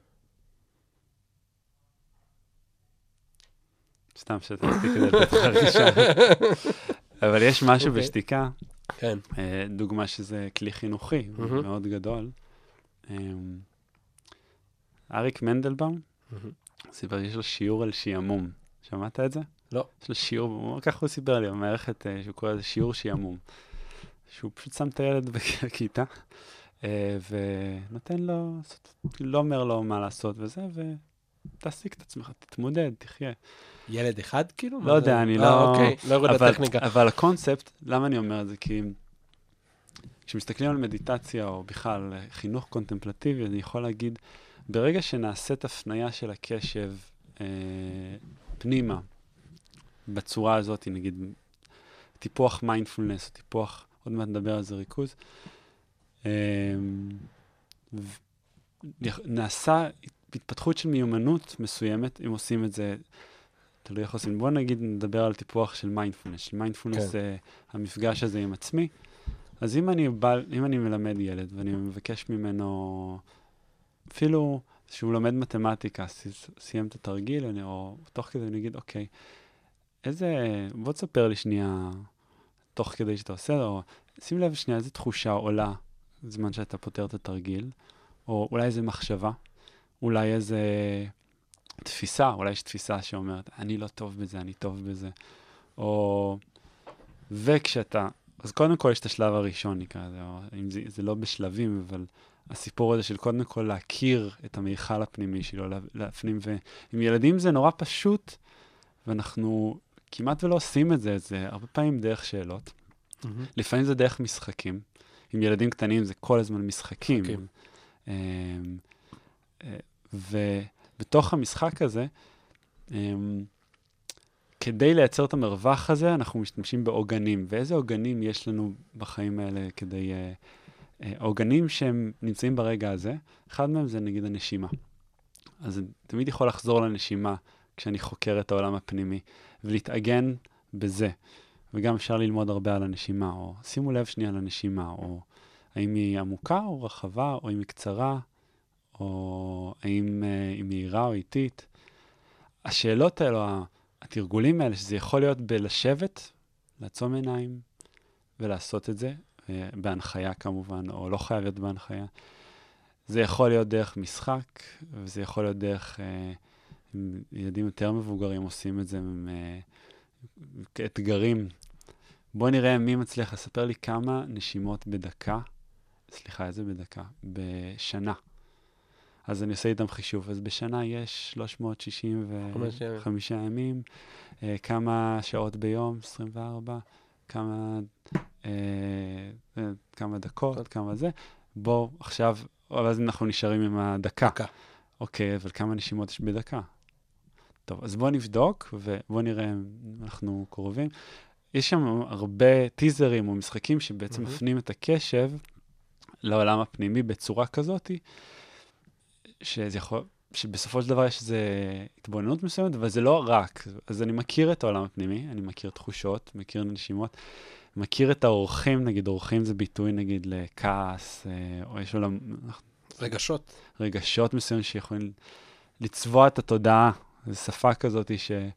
סתם שתקתי כדי לתת לך רישה. אבל יש משהו בשתיקה, דוגמה שזה כלי חינוכי, מאוד גדול. אריק מנדלבאום, סיפר, יש לו שיעור על שיעמום. שמעת את זה? לא. יש לו שיעור, ככה הוא סיפר לי, במערכת שהוא קורא לזה שיעור שיעמום. שהוא פשוט שם את הילד בכיתה, ונותן לו, לא אומר לו מה לעשות וזה, ותעסיק את עצמך, תתמודד, תחיה. ילד אחד כאילו? לא יודע, אני לא... אוקיי, לא יורד לטכניקה. אבל הקונספט, למה אני אומר את זה? כי כשמסתכלים על מדיטציה, או בכלל חינוך קונטמפלטיבי, אני יכול להגיד, ברגע שנעשית הפנייה של הקשב פנימה, בצורה הזאת, נגיד, טיפוח מיינדפולנס, טיפוח, עוד מעט נדבר על זה ריכוז, נעשה התפתחות של מיומנות מסוימת, אם עושים את זה, תלוי איך עושים. בוא נגיד, נדבר על טיפוח של מיינדפולנס. מיינדפולנס זה המפגש הזה עם עצמי. אז אם אני מלמד ילד, ואני מבקש ממנו, אפילו שהוא לומד מתמטיקה, סיים את התרגיל, או תוך כדי אני אגיד, אוקיי, בוא תספר לי שנייה, תוך כדי שאתה עושה, או שים לב שנייה, איזה תחושה עולה בזמן שאתה פותר את התרגיל, או אולי איזה מחשבה, אולי איזה תפיסה, אולי יש תפיסה שאומרת, אני לא טוב בזה, אני טוב בזה. אז קודם כל יש את השלב הראשון, נקרא לזה, או אם זה לא בשלבים, אבל הסיפור הזה של קודם כל להכיר את המיכל הפנימי שלו, להפנים, ועם ילדים זה נורא פשוט, ואנחנו כמעט ולא עושים את זה, זה הרבה פעמים דרך שאלות. לפעמים זה דרך משחקים. עם ילדים קטנים זה כל הזמן משחקים. ובתוך המשחק הזה, כדי לייצר את המרווח הזה, אנחנו משתמשים בעוגנים. ואיזה עוגנים יש לנו בחיים האלה כדי... עוגנים שהם נמצאים ברגע הזה, אחד מהם זה נגיד הנשימה. אז אני תמיד יכול לחזור לנשימה כשאני חוקר את העולם הפנימי, ולהתאגן בזה. וגם אפשר ללמוד הרבה על הנשימה, או שימו לב שנייה על הנשימה, או האם היא עמוקה או רחבה, או אם היא קצרה, או האם היא מהירה או איטית. השאלות האלו, התרגולים האלה, שזה יכול להיות בלשבת, לעצום עיניים ולעשות את זה, בהנחיה כמובן, או לא חייב להיות בהנחיה. זה יכול להיות דרך משחק, וזה יכול להיות דרך, ילדים יותר מבוגרים עושים את זה כאתגרים. בואו נראה מי מצליח לספר לי כמה נשימות בדקה, סליחה, איזה בדקה? בשנה. אז אני עושה איתם חישוב. אז בשנה יש 365 ימים, כמה שעות ביום, 24, כמה דקות, כמה זה. בואו עכשיו, אז אנחנו נשארים עם הדקה. אוקיי, אבל כמה נשימות יש בדקה? טוב, אז בואו נבדוק, ובואו נראה אם אנחנו קרובים. יש שם הרבה טיזרים או משחקים שבעצם מפנים את הקשב לעולם הפנימי בצורה כזאת, שבסופו של דבר יש איזו התבוננות מסוימת, אבל זה לא רק. אז אני מכיר את העולם הפנימי, אני מכיר תחושות, מכיר נשימות, מכיר את האורחים, נגיד אורחים זה ביטוי נגיד לכעס, או יש עולם... רגשות מסוים שיכולים לצבוע את התודעה, זו שפה כזאת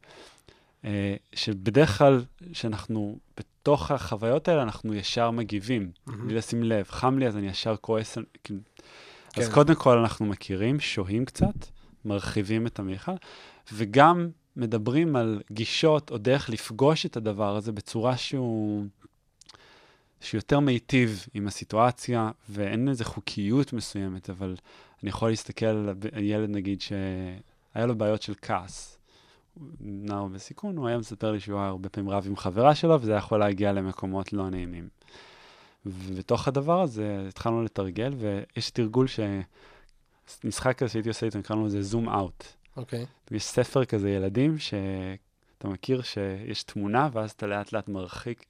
שבדרך כלל שאנחנו בתוך החוויות האלה, אנחנו ישר מגיבים, בלי לשים לב. חם לי, אז אני ישר כועס. אז קודם כל אנחנו מכירים, שוהים קצת, מרחיבים את המיכל, וגם מדברים על גישות או דרך לפגוש את הדבר הזה בצורה שהוא יותר מיטיב עם הסיטואציה, ואין איזו חוקיות מסוימת, אבל אני יכול להסתכל על ילד, נגיד, שהיה לו בעיות של כעס. נער בסיכון, הוא היה מספר לי שהוא היה הרבה פעמים רב עם חברה שלו, וזה יכול להגיע למקומות לא נעימים. ובתוך הדבר הזה התחלנו לתרגל, ויש תרגול משחק כזה שהייתי עושה איתו, נקראנו לזה זום אאוט. אוקיי. יש ספר כזה ילדים, שאתה מכיר שיש תמונה, ואז אתה לאט לאט מרחיק,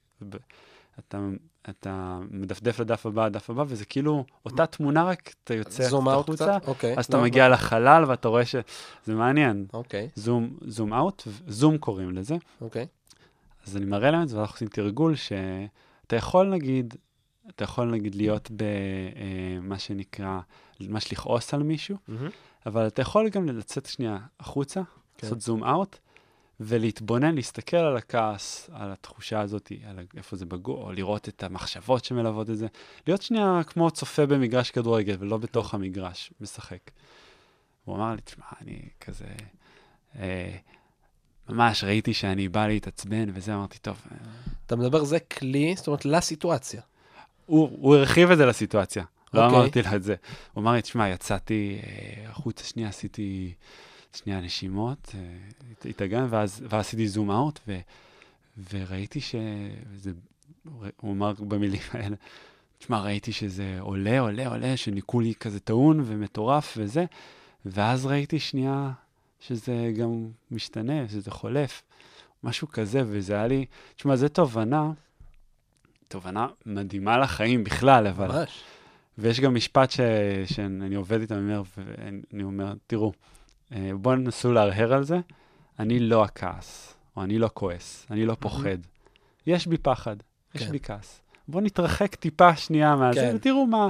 אתה מדפדף לדף הבא, וזה כאילו אותה תמונה, רק אתה יוצא החוצה, אז אתה מגיע לחלל, ואתה רואה שזה מעניין. זום אאוט, זום קוראים לזה. אז אני מראה להם את זה, ואנחנו עושים תרגול שאתה יכול נגיד להיות במה שנקרא, ממש לכעוס על מישהו, אבל אתה יכול גם לצאת שנייה החוצה, לעשות זום אאוט, ולהתבונן, להסתכל על הכעס, על התחושה הזאת, על איפה זה בגוף, או לראות את המחשבות שמלוות את זה. להיות שנייה כמו צופה במגרש כדורגל, ולא בתוך המגרש, משחק. הוא אמר לי, תשמע, אני כזה... ממש ראיתי שאני בא להתעצבן, וזה אמרתי, טוב. אתה מדבר, זה כלי, זאת אומרת, לסיטואציה. הוא הרחיב את זה לסיטואציה, לא אוקיי. אמרתי לו את זה. הוא אמר לי, תשמע, יצאתי החוצה שנייה, עשיתי שנייה נשימות, התאגן, ואז עשיתי זום אאוט, וראיתי הוא אמר במילים האלה, תשמע, ראיתי שזה עולה, שניקול לי כזה טעון ומטורף וזה, ואז ראיתי שנייה שזה גם משתנה, שזה חולף, משהו כזה, וזה היה לי, תשמע, זו תובנה מדהימה לחיים בכלל, אבל... ממש. ויש גם משפט שאני עובד איתם, ואני אומר, תראו, בואו ננסו להרהר על זה, אני לא הכעס, או אני לא כועס, אני לא פוחד. יש בי פחד, יש בי כעס. בואו נתרחק טיפה שנייה מהזה, ותראו מה...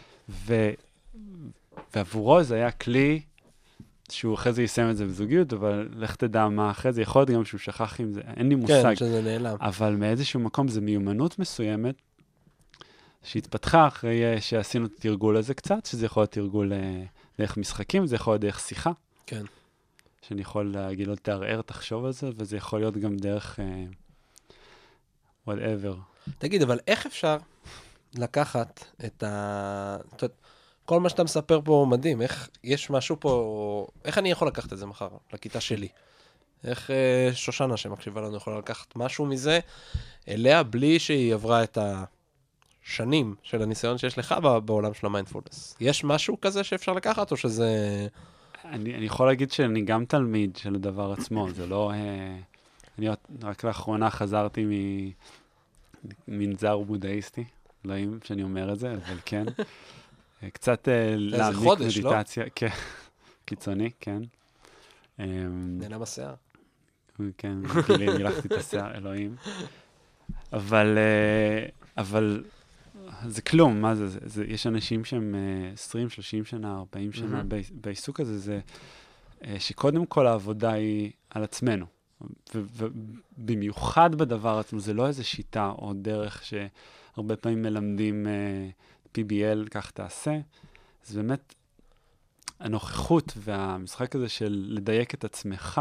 ועבורו זה היה כלי, שהוא אחרי זה יישם את זה בזוגיות, אבל לך תדע מה אחרי זה, יכול להיות גם שהוא שכח עם זה, אין לי מושג. כן, שזה נעלם. אבל מאיזשהו מקום זה מיומנות מסוימת, שהתפתחה אחרי שעשינו את התרגול הזה קצת, שזה יכול להיות תרגול דרך משחקים, זה יכול להיות דרך שיחה. כן. שאני יכול להגיד לו, תערער, תחשוב על זה, וזה יכול להיות גם דרך whatever. תגיד, אבל איך אפשר לקחת את כל מה שאתה מספר פה מדהים, איך יש משהו פה, איך אני יכול לקחת את זה מחר, לכיתה שלי? איך שושנה שמקשיבה לנו יכולה לקחת משהו מזה אליה, בלי שהיא עברה את השנים של הניסיון שיש לך בעולם של המיינדפולנס? יש משהו כזה שאפשר לקחת, או שזה... אני יכול להגיד שאני גם תלמיד של הדבר עצמו, זה לא... אני רק לאחרונה חזרתי ממנזר בודהיסטי, לא אם שאני אומר את זה, אבל כן. קצת להעמיק מדיטציה. כן, קיצוני, כן. נעלם השיער. כן, גילחתי את השיער, אלוהים. אבל זה כלום, מה זה? יש אנשים שהם 20, 30 שנה, 40 שנה בעיסוק הזה, זה שקודם כל העבודה היא על עצמנו. ובמיוחד בדבר עצמו, זה לא איזו שיטה או דרך שהרבה פעמים מלמדים PBL, כך תעשה. זה באמת הנוכחות והמשחק הזה של לדייק את עצמך,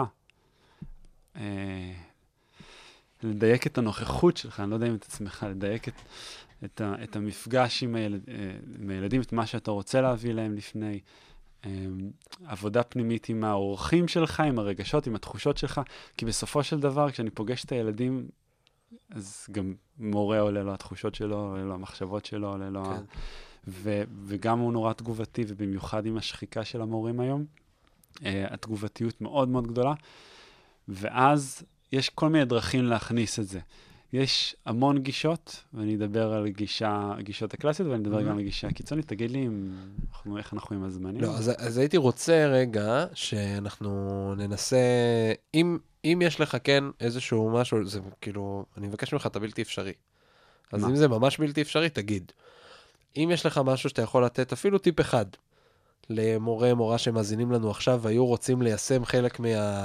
לדייק את הנוכחות שלך, אני לא יודע אם את עצמך, לדייק את המפגש עם הילדים, את מה שאתה רוצה להביא להם לפני, עבודה פנימית עם האורחים שלך, עם הרגשות, עם התחושות שלך, כי בסופו של דבר, כשאני פוגש את הילדים, אז גם מורה עולה לו התחושות שלו, עולה לו המחשבות שלו, עולה לו... כן. וגם הוא נורא תגובתי, ובמיוחד עם השחיקה של המורים היום, התגובתיות מאוד מאוד גדולה, ואז יש כל מיני דרכים להכניס את זה. יש המון גישות, ואני אדבר על הגישות הקלאסיות, ואני אדבר גם על גישה הקיצונית. תגיד לי איך אנחנו עם הזמנים. לא, אז הייתי רוצה רגע שאנחנו ננסה, אם יש לך כן איזשהו משהו, זה כאילו, אני מבקש ממך, אתה בלתי אפשרי. אז אם זה ממש בלתי אפשרי, תגיד. אם יש לך משהו שאתה יכול לתת, אפילו טיפ אחד, למורה, מורה שמאזינים לנו עכשיו, והיו רוצים ליישם חלק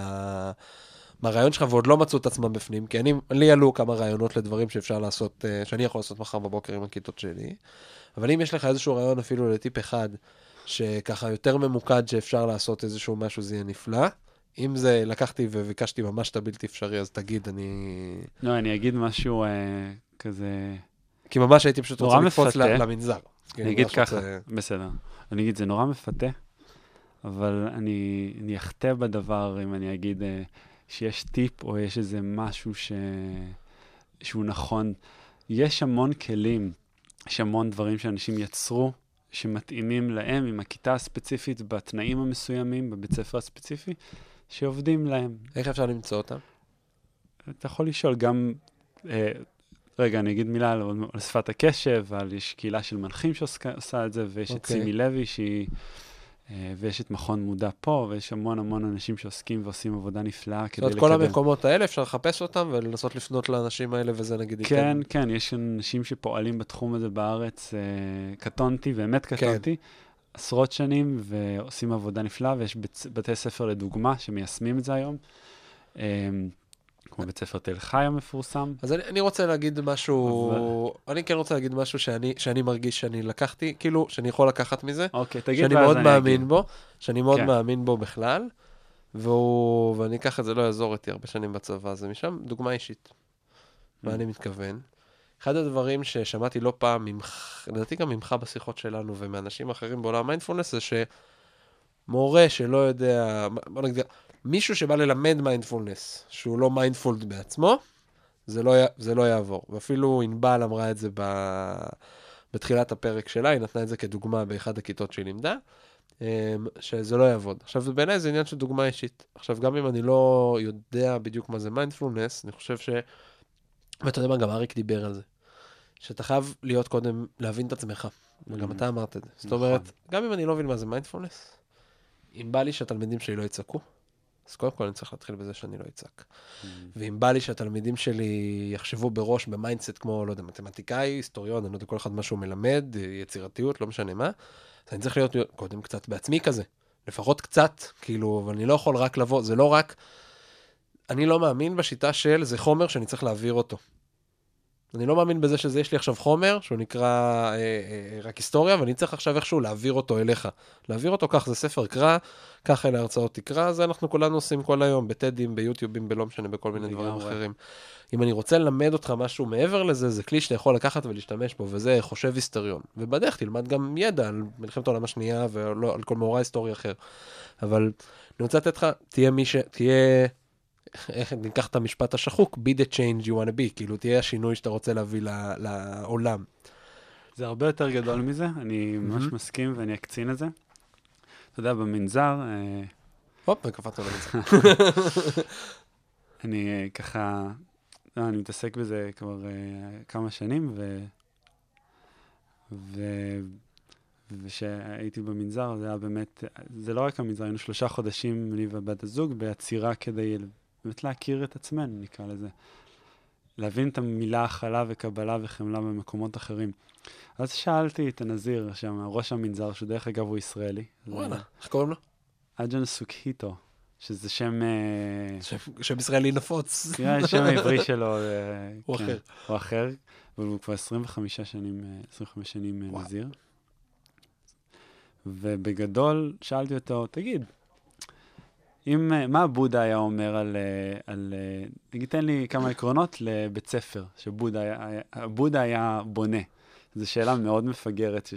מהרעיון שלך, ועוד לא מצאו את עצמם בפנים, כי לי עלו כמה רעיונות לדברים שאפשר לעשות, שאני יכול לעשות מחר בבוקר עם הכיתות שלי, אבל אם יש לך איזשהו רעיון אפילו לטיפ אחד, שככה יותר ממוקד שאפשר לעשות איזשהו משהו, זה יהיה נפלא. אם זה לקחתי וביקשתי ממש את הבלתי אפשרי, אז תגיד, לא, אני אגיד משהו כזה... כי ממש הייתי פשוט רוצה לקפוץ למנזר. אני אגיד ככה, בסדר. אני אגיד, זה נורא מפתה, אבל אני אחטא בדבר אם אני אגיד שיש טיפ או יש איזה משהו שהוא נכון. יש המון כלים, יש המון דברים שאנשים יצרו, שמתאימים להם עם הכיתה הספציפית, בתנאים המסוימים, בבית ספר הספציפי, שעובדים להם. איך אפשר למצוא אותם? אתה יכול לשאול גם... רגע, אני אגיד מילה על שפת הקשב, יש קהילה של מנחים שעושה את זה, ויש את סימי לוי, ויש את מכון מודע פה, ויש המון המון אנשים שעוסקים ועושים עבודה נפלאה כדי לקדם. זאת אומרת, כל המקומות האלה אפשר לחפש אותם ולנסות לפנות לאנשים האלה, וזה נגיד... כן, כן, יש אנשים שפועלים בתחום הזה בארץ, קטונתי, באמת קטונתי, עשרות שנים, ועושים עבודה נפלאה, ויש בתי ספר לדוגמה שמיישמים את זה היום. כמו בית ספר תל חי המפורסם. אז אני רוצה להגיד משהו, אני כן רוצה להגיד משהו שאני מרגיש שאני לקחתי, כאילו, שאני יכול לקחת מזה, אוקיי, תגיד שאני מאוד מאמין בו, שאני מאוד מאמין בו בכלל, ואני אקח את זה, לא יעזור איתי הרבה שנים בצבא, זה משם דוגמה אישית. מה אני מתכוון? אחד הדברים ששמעתי לא פעם, לדעתי גם ממך בשיחות שלנו ומאנשים אחרים בעולם המיינדפולנס, זה שמורה שלא יודע, בוא נגיד, מישהו שבא ללמד מיינדפולנס, שהוא לא מיינדפולד בעצמו, זה לא יעבור. ואפילו ענבל אמרה את זה בתחילת הפרק שלה, היא נתנה את זה כדוגמה באחד הכיתות שהיא לימדה, שזה לא יעבוד. עכשיו, בעיניי זה עניין של דוגמה אישית. עכשיו, גם אם אני לא יודע בדיוק מה זה מיינדפולנס, אני חושב ואתה יודע מה, גם אריק דיבר על זה. שאתה חייב להיות קודם, להבין את עצמך. וגם אתה אמרת את זה. זאת אומרת, גם אם אני לא מבין מה זה מיינדפולנס, אם בא לי שהתלמידים שלי לא יצעקו, אז קודם כל אני צריך להתחיל בזה שאני לא אצעק. ואם בא לי שהתלמידים שלי יחשבו בראש במיינדסט כמו, לא יודע, מתמטיקאי, היסטוריון, אני לא יודע, כל אחד משהו מלמד, יצירתיות, לא משנה מה, אז אני צריך להיות קודם קצת בעצמי כזה. לפחות קצת, כאילו, אבל אני לא יכול רק לבוא, זה לא רק, אני לא מאמין בשיטה של זה חומר שאני צריך להעביר אותו. אני לא מאמין בזה שזה יש לי עכשיו חומר, שהוא נקרא רק היסטוריה, ואני צריך עכשיו איכשהו להעביר אותו אליך. להעביר אותו כך, זה ספר קרא, כך אלה הרצאות תקרא, זה אנחנו כולנו עושים כל היום, בטדים, ביוטיובים, בלא משנה, בכל מיני דברים אחרים. אם אני רוצה ללמד אותך משהו מעבר לזה, זה כלי שאתה יכול לקחת ולהשתמש בו, וזה חושב היסטוריון. ובדרך תלמד גם ידע על מלחמת העולם השנייה, ועל כל מאורע היסטורי אחר. אבל אני רוצה לתת לך, תהיה איך ניקח את המשפט השחוק, be the change you want to be, כאילו תהיה השינוי שאתה רוצה להביא לעולם. זה הרבה יותר גדול מזה, אני ממש מסכים ואני אקצין את זה. אתה יודע, במנזר... הופ, קפצנו למנזר. אני ככה, אני מתעסק בזה כבר כמה שנים, ושהייתי במנזר, זה היה באמת, זה לא רק המנזר, היינו 3 חודשים, לי ובת הזוג, בעצירה כדי באמת להכיר את עצמנו, נקרא לזה. להבין את המילה הכלה וקבלה וחמלה במקומות אחרים. אז שאלתי את הנזיר שם, ראש המנזר, שדרך אגב הוא ישראלי. וואלה, איך קוראים לו? אג'ן סוקהיטו, שזה שם... שם ישראלי נפוץ. כן, שם העברי שלו. הוא אחר. הוא אחר, אבל הוא כבר 25 שנים נזיר. ובגדול שאלתי אותו, תגיד, מה הבודה היה אומר על נגיד, תן לי כמה עקרונות לבית ספר, שבודה היה בונה. זו שאלה מאוד מפגרת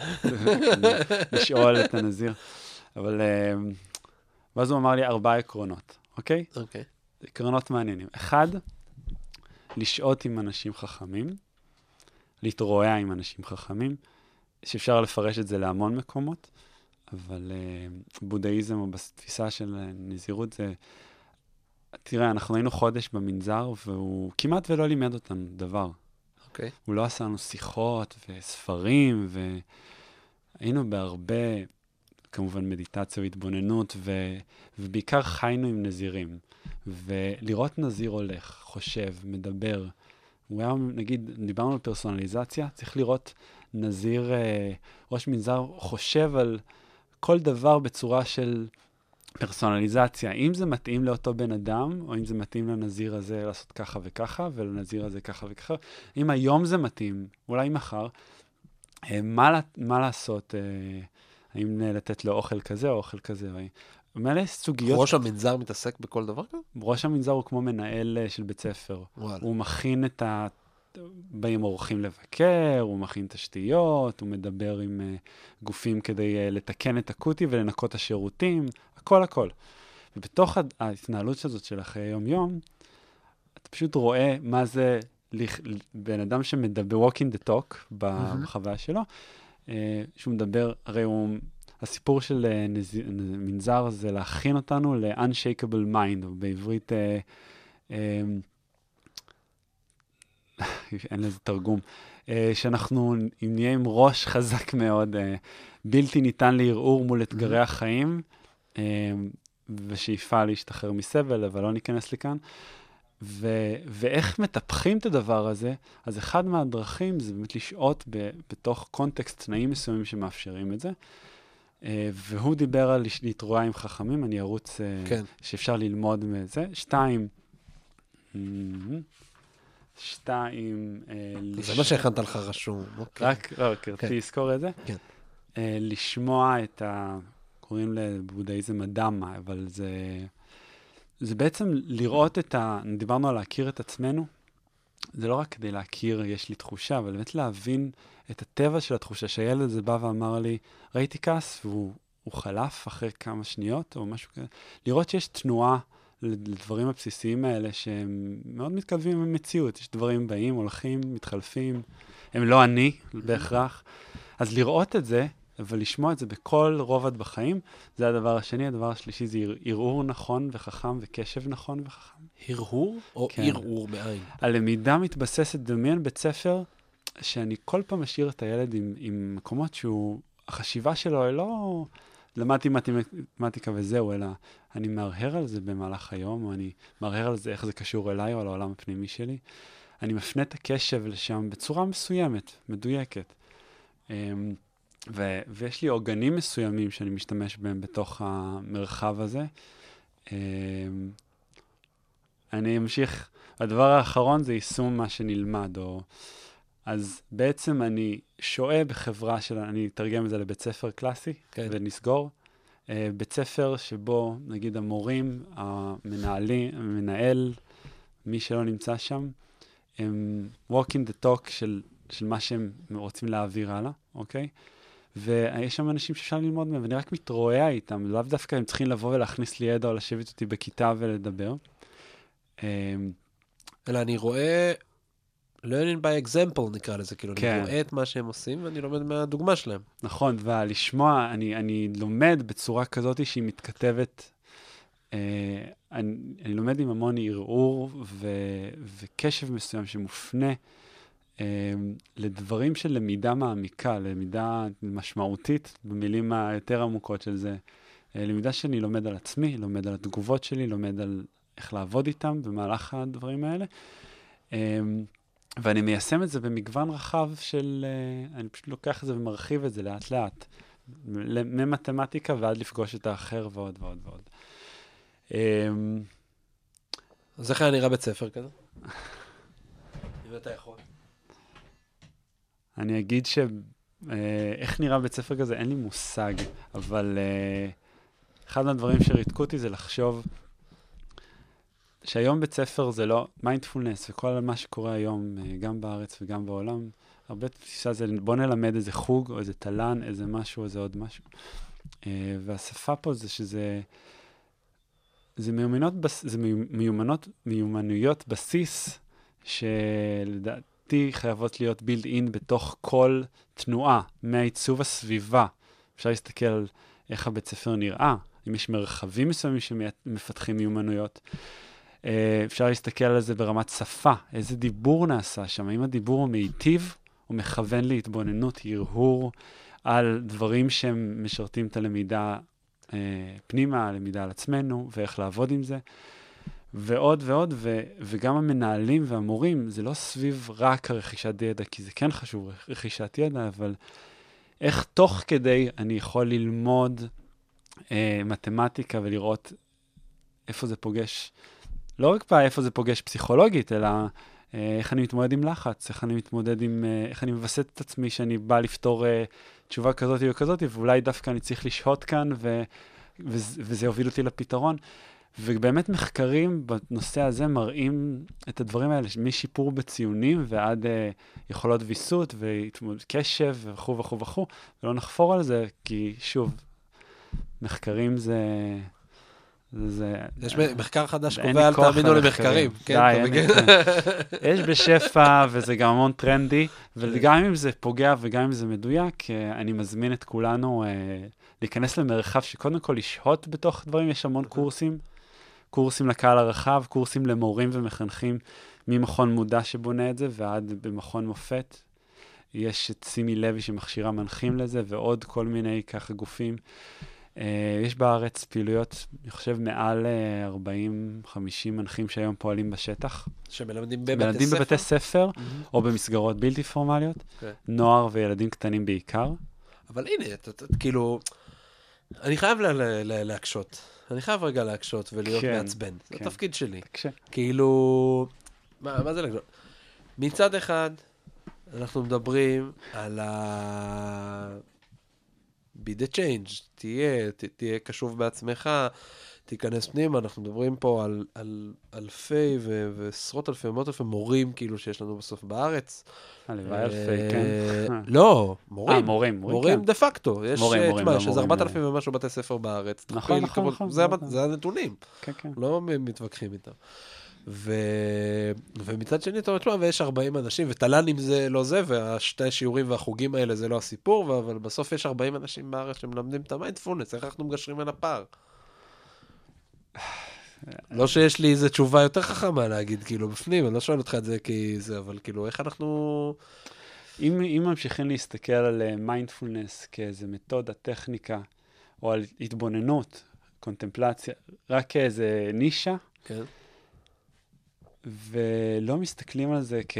לשאול את הנזיר. אבל, ואז הוא אמר לי 4 עקרונות, אוקיי? אוקיי. עקרונות מעניינים. 1, לשעות עם אנשים חכמים, להתרועע עם אנשים חכמים, שאפשר לפרש את זה להמון מקומות, אבל בודהיזם או בתפיסה של נזירות זה, תראה, אנחנו היינו חודש במנזר, והוא כמעט ולא לימד אותנו דבר. אוקיי. הוא לא עשה לנו שיחות וספרים, והיינו בהרבה, כמובן, מדיטציה והתבוננות, ובעיקר חיינו עם נזירים. ולראות נזיר הולך, חושב, מדבר. הוא היה, נגיד, דיברנו על פרסונליזציה, צריך לראות נזיר, ראש מנזר, חושב על כל דבר בצורה של פרסונליזציה. אם זה מתאים לאותו בן אדם, או אם זה מתאים לנזיר הזה לעשות ככה וככה, ולנזיר הזה ככה וככה. אם היום זה מתאים, אולי מחר, מה לעשות? האם לתת לו אוכל כזה או אוכל כזה? מלא סוגיות... ראש המנזר מתעסק בכל דבר כזה? ראש המנזר הוא כמו מנהל של בית ספר. וואלה. הוא מכין את באים אורחים לבקר, הוא מכין תשתיות, הוא מדבר עם גופים כדי לתקן את הקוטי ולנקות השירותים, הכל. ובתוך ההתנהלות הזאת של אחרי יום-יום, אתה פשוט רואה מה זה בן אדם שמדבר, walking the talk בחוויה שלו, שהוא מדבר, הרי הסיפור של מנזר זה להכין אותנו ל-unshakable mind, או בעברית, אין לזה תרגום, שאנחנו נהיה עם ראש חזק מאוד, בלתי ניתן לערעור מול אתגרי החיים, ושאיפה להשתחרר מסבל, אבל לא ניכנס לכאן. ואיך מטפחים את הדבר הזה? אז אחד מהדרכים זה באמת לשעות בתוך קונטקסט תנאים מסוימים שמאפשרים את זה. והוא דיבר על להתרועע עם חכמים, אני ארוץ שאפשר ללמוד מזה. 2, זה מה שהכנת לך רשום. רק, רציתי לזכור את זה. כן. לשמוע את קוראים לבודהיזם הדמה, אבל זה בעצם לראות דיברנו על להכיר את עצמנו, זה לא רק כדי להכיר, יש לי תחושה, אבל באמת להבין את הטבע של התחושה, שהילד הזה בא ואמר לי, ראיתי כעס, והוא חלף אחרי כמה שניות, או משהו כזה. לראות שיש תנועה לדברים הבסיסיים האלה, שהם מאוד מתכתבים עם המציאות. יש דברים באים, הולכים, מתחלפים, הם לא אני בהכרח. אז לראות את זה, ולשמוע את זה בכל רובד בחיים, זה הדבר השני. הדבר השלישי זה ערעור נכון וחכם, וקשב נכון וחכם. הרהור או כן. ערעור בעין? הלמידה מתבססת, דמיין בית ספר, שאני כל פעם משאיר את הילד עם מקומות החשיבה שלו היא לא למדתי מתמטיקה וזהו, אלא אני מהרהר על זה במהלך היום, או אני מהרהר על זה איך זה קשור אליי או על העולם הפנימי שלי. אני מפנה את הקשב לשם בצורה מסוימת, מדויקת. ויש לי עוגנים מסוימים שאני משתמש בהם בתוך המרחב הזה. אני אמשיך, הדבר האחרון זה יישום מה שנלמד, אז בעצם אני שואה בחברה אני אתרגם את זה לבית ספר קלאסי, כן. ונסגור. בית ספר שבו, נגיד, המורים, המנהל, מי שלא נמצא שם, הם walk in the talk של מה שהם רוצים להעביר הלאה, אוקיי? ויש שם אנשים שאפשר ללמוד מהם, ואני רק מתרועע איתם, לאו דווקא הם צריכים לבוא ולהכניס לי ידע או לשבת אותי בכיתה ולדבר. אלא אני רואה, learning by example נקרא לזה, כאילו כן. אני רואה את מה שהם עושים ואני לומד מהדוגמה שלהם. נכון, ולשמוע, אני לומד בצורה כזאת שהיא מתכתבת, אני לומד עם המון ערעור וקשב מסוים שמופנה לדברים של למידה מעמיקה, למידה משמעותית, במילים היותר עמוקות של זה. למידה שאני לומד על עצמי, לומד על התגובות שלי, לומד על איך לעבוד איתם במהלך הדברים האלה. ואני מיישם את זה במגוון רחב אני פשוט לוקח את זה ומרחיב את זה לאט לאט. ממתמטיקה ועד לפגוש את האחר ועוד ועוד ועוד. אז איך היה נראה בית ספר כזה? אם אתה יכול. אני אגיד איך נראה בית ספר כזה, אין לי מושג, אבל אחד מהדברים שריתקו אותי זה לחשוב שהיום בית ספר זה לא מיינדפולנס, וכל מה שקורה היום, גם בארץ וגם בעולם, הרבה תפיסה זה בוא נלמד איזה חוג, או איזה תלן, איזה משהו, איזה עוד משהו. והשפה פה זה שזה מיומנויות בסיס, שלדעתי חייבות להיות build in בתוך כל תנועה, מהעיצוב הסביבה. אפשר להסתכל על איך הבית ספר נראה, אם יש מרחבים מסוימים שמפתחים מיומנויות. אפשר להסתכל על זה ברמת שפה, איזה דיבור נעשה שם, האם הדיבור הוא מיטיב, הוא מכוון להתבוננות, הרהור על דברים שהם משרתים את הלמידה פנימה, הלמידה על עצמנו, ואיך לעבוד עם זה, ועוד ועוד, וגם המנהלים והמורים, זה לא סביב רק הרכישת ידע, כי זה כן חשוב, רכישת ידע, אבל איך תוך כדי אני יכול ללמוד מתמטיקה ולראות איפה זה פוגש, לא רק איפה זה פוגש פסיכולוגית, אלא איך אני מתמודד עם לחץ, איך אני מבסט את עצמי שאני בא לפתור תשובה כזאת או כזאת, ואולי דווקא אני צריך לשהות כאן, וזה יוביל אותי לפתרון. ובאמת מחקרים בנושא הזה מראים את הדברים האלה, משיפור בציונים ועד יכולות ויסות וקשב וכו' וכו' וכו', ולא נחפור על זה, כי שוב, מחקרים זה... יש מחקר חדש קובע, אל תאמינו למחקרים. יש בשפע, וזה גם המון טרנדי, וגם אם זה פוגע וגם אם זה מדויק, אני מזמין את כולנו להיכנס למרחב שקודם כל לשהות בתוך דברים, יש המון קורסים לקהל הרחב, קורסים למורים ומחנכים, ממכון מודע שבונה את זה, ועד במכון מופת. יש את סימי לוי שמכשירה מנחים לזה, ועוד כל מיני ככה גופים. יש בארץ פעילויות, אני חושב, מעל 40-50 מנחים שהיום פועלים בשטח. שמלמדים בבתי ספר, או במסגרות בלתי פורמליות, נוער וילדים קטנים בעיקר. אבל הנה, כאילו, אני חייב להקשות. אני חייב רגע להקשות ולהיות מעצבן. זה התפקיד שלי. כאילו, מה זה להקשות? מצד אחד, אנחנו מדברים על be the change, תהיה קשוב בעצמך, תיכנס פנימה, אנחנו מדברים פה על אלפי ועשרות אלפי, מאות אלפי מורים כאילו שיש לנו בסוף בארץ. הלוואי אלפי, כן. לא, מורים. מורים, דה פקטו. יש, תשמע, יש איזה 4,000 ומשהו בתי ספר בארץ. נכון. זה הנתונים. כן. לא מתווכחים איתם. ומצד שני, אתה אומר, ויש 40 אנשים, ותל"נים זה לא זה, והשתי שיעורים והחוגים האלה זה לא הסיפור, אבל בסוף יש 40 אנשים בארץ שמלמדים את המיינדפולנס, איך אנחנו מגשרים על הפער? לא שיש לי איזו תשובה יותר חכמה להגיד, כאילו, בפנים, אני לא שואל אותך את זה כי זה, אבל כאילו, איך אנחנו... אם ממשיכים להסתכל על מיינדפולנס כאיזה מתודה, טכניקה, או על התבוננות, קונטמפלציה, רק כאיזה נישה, כן. ולא מסתכלים על זה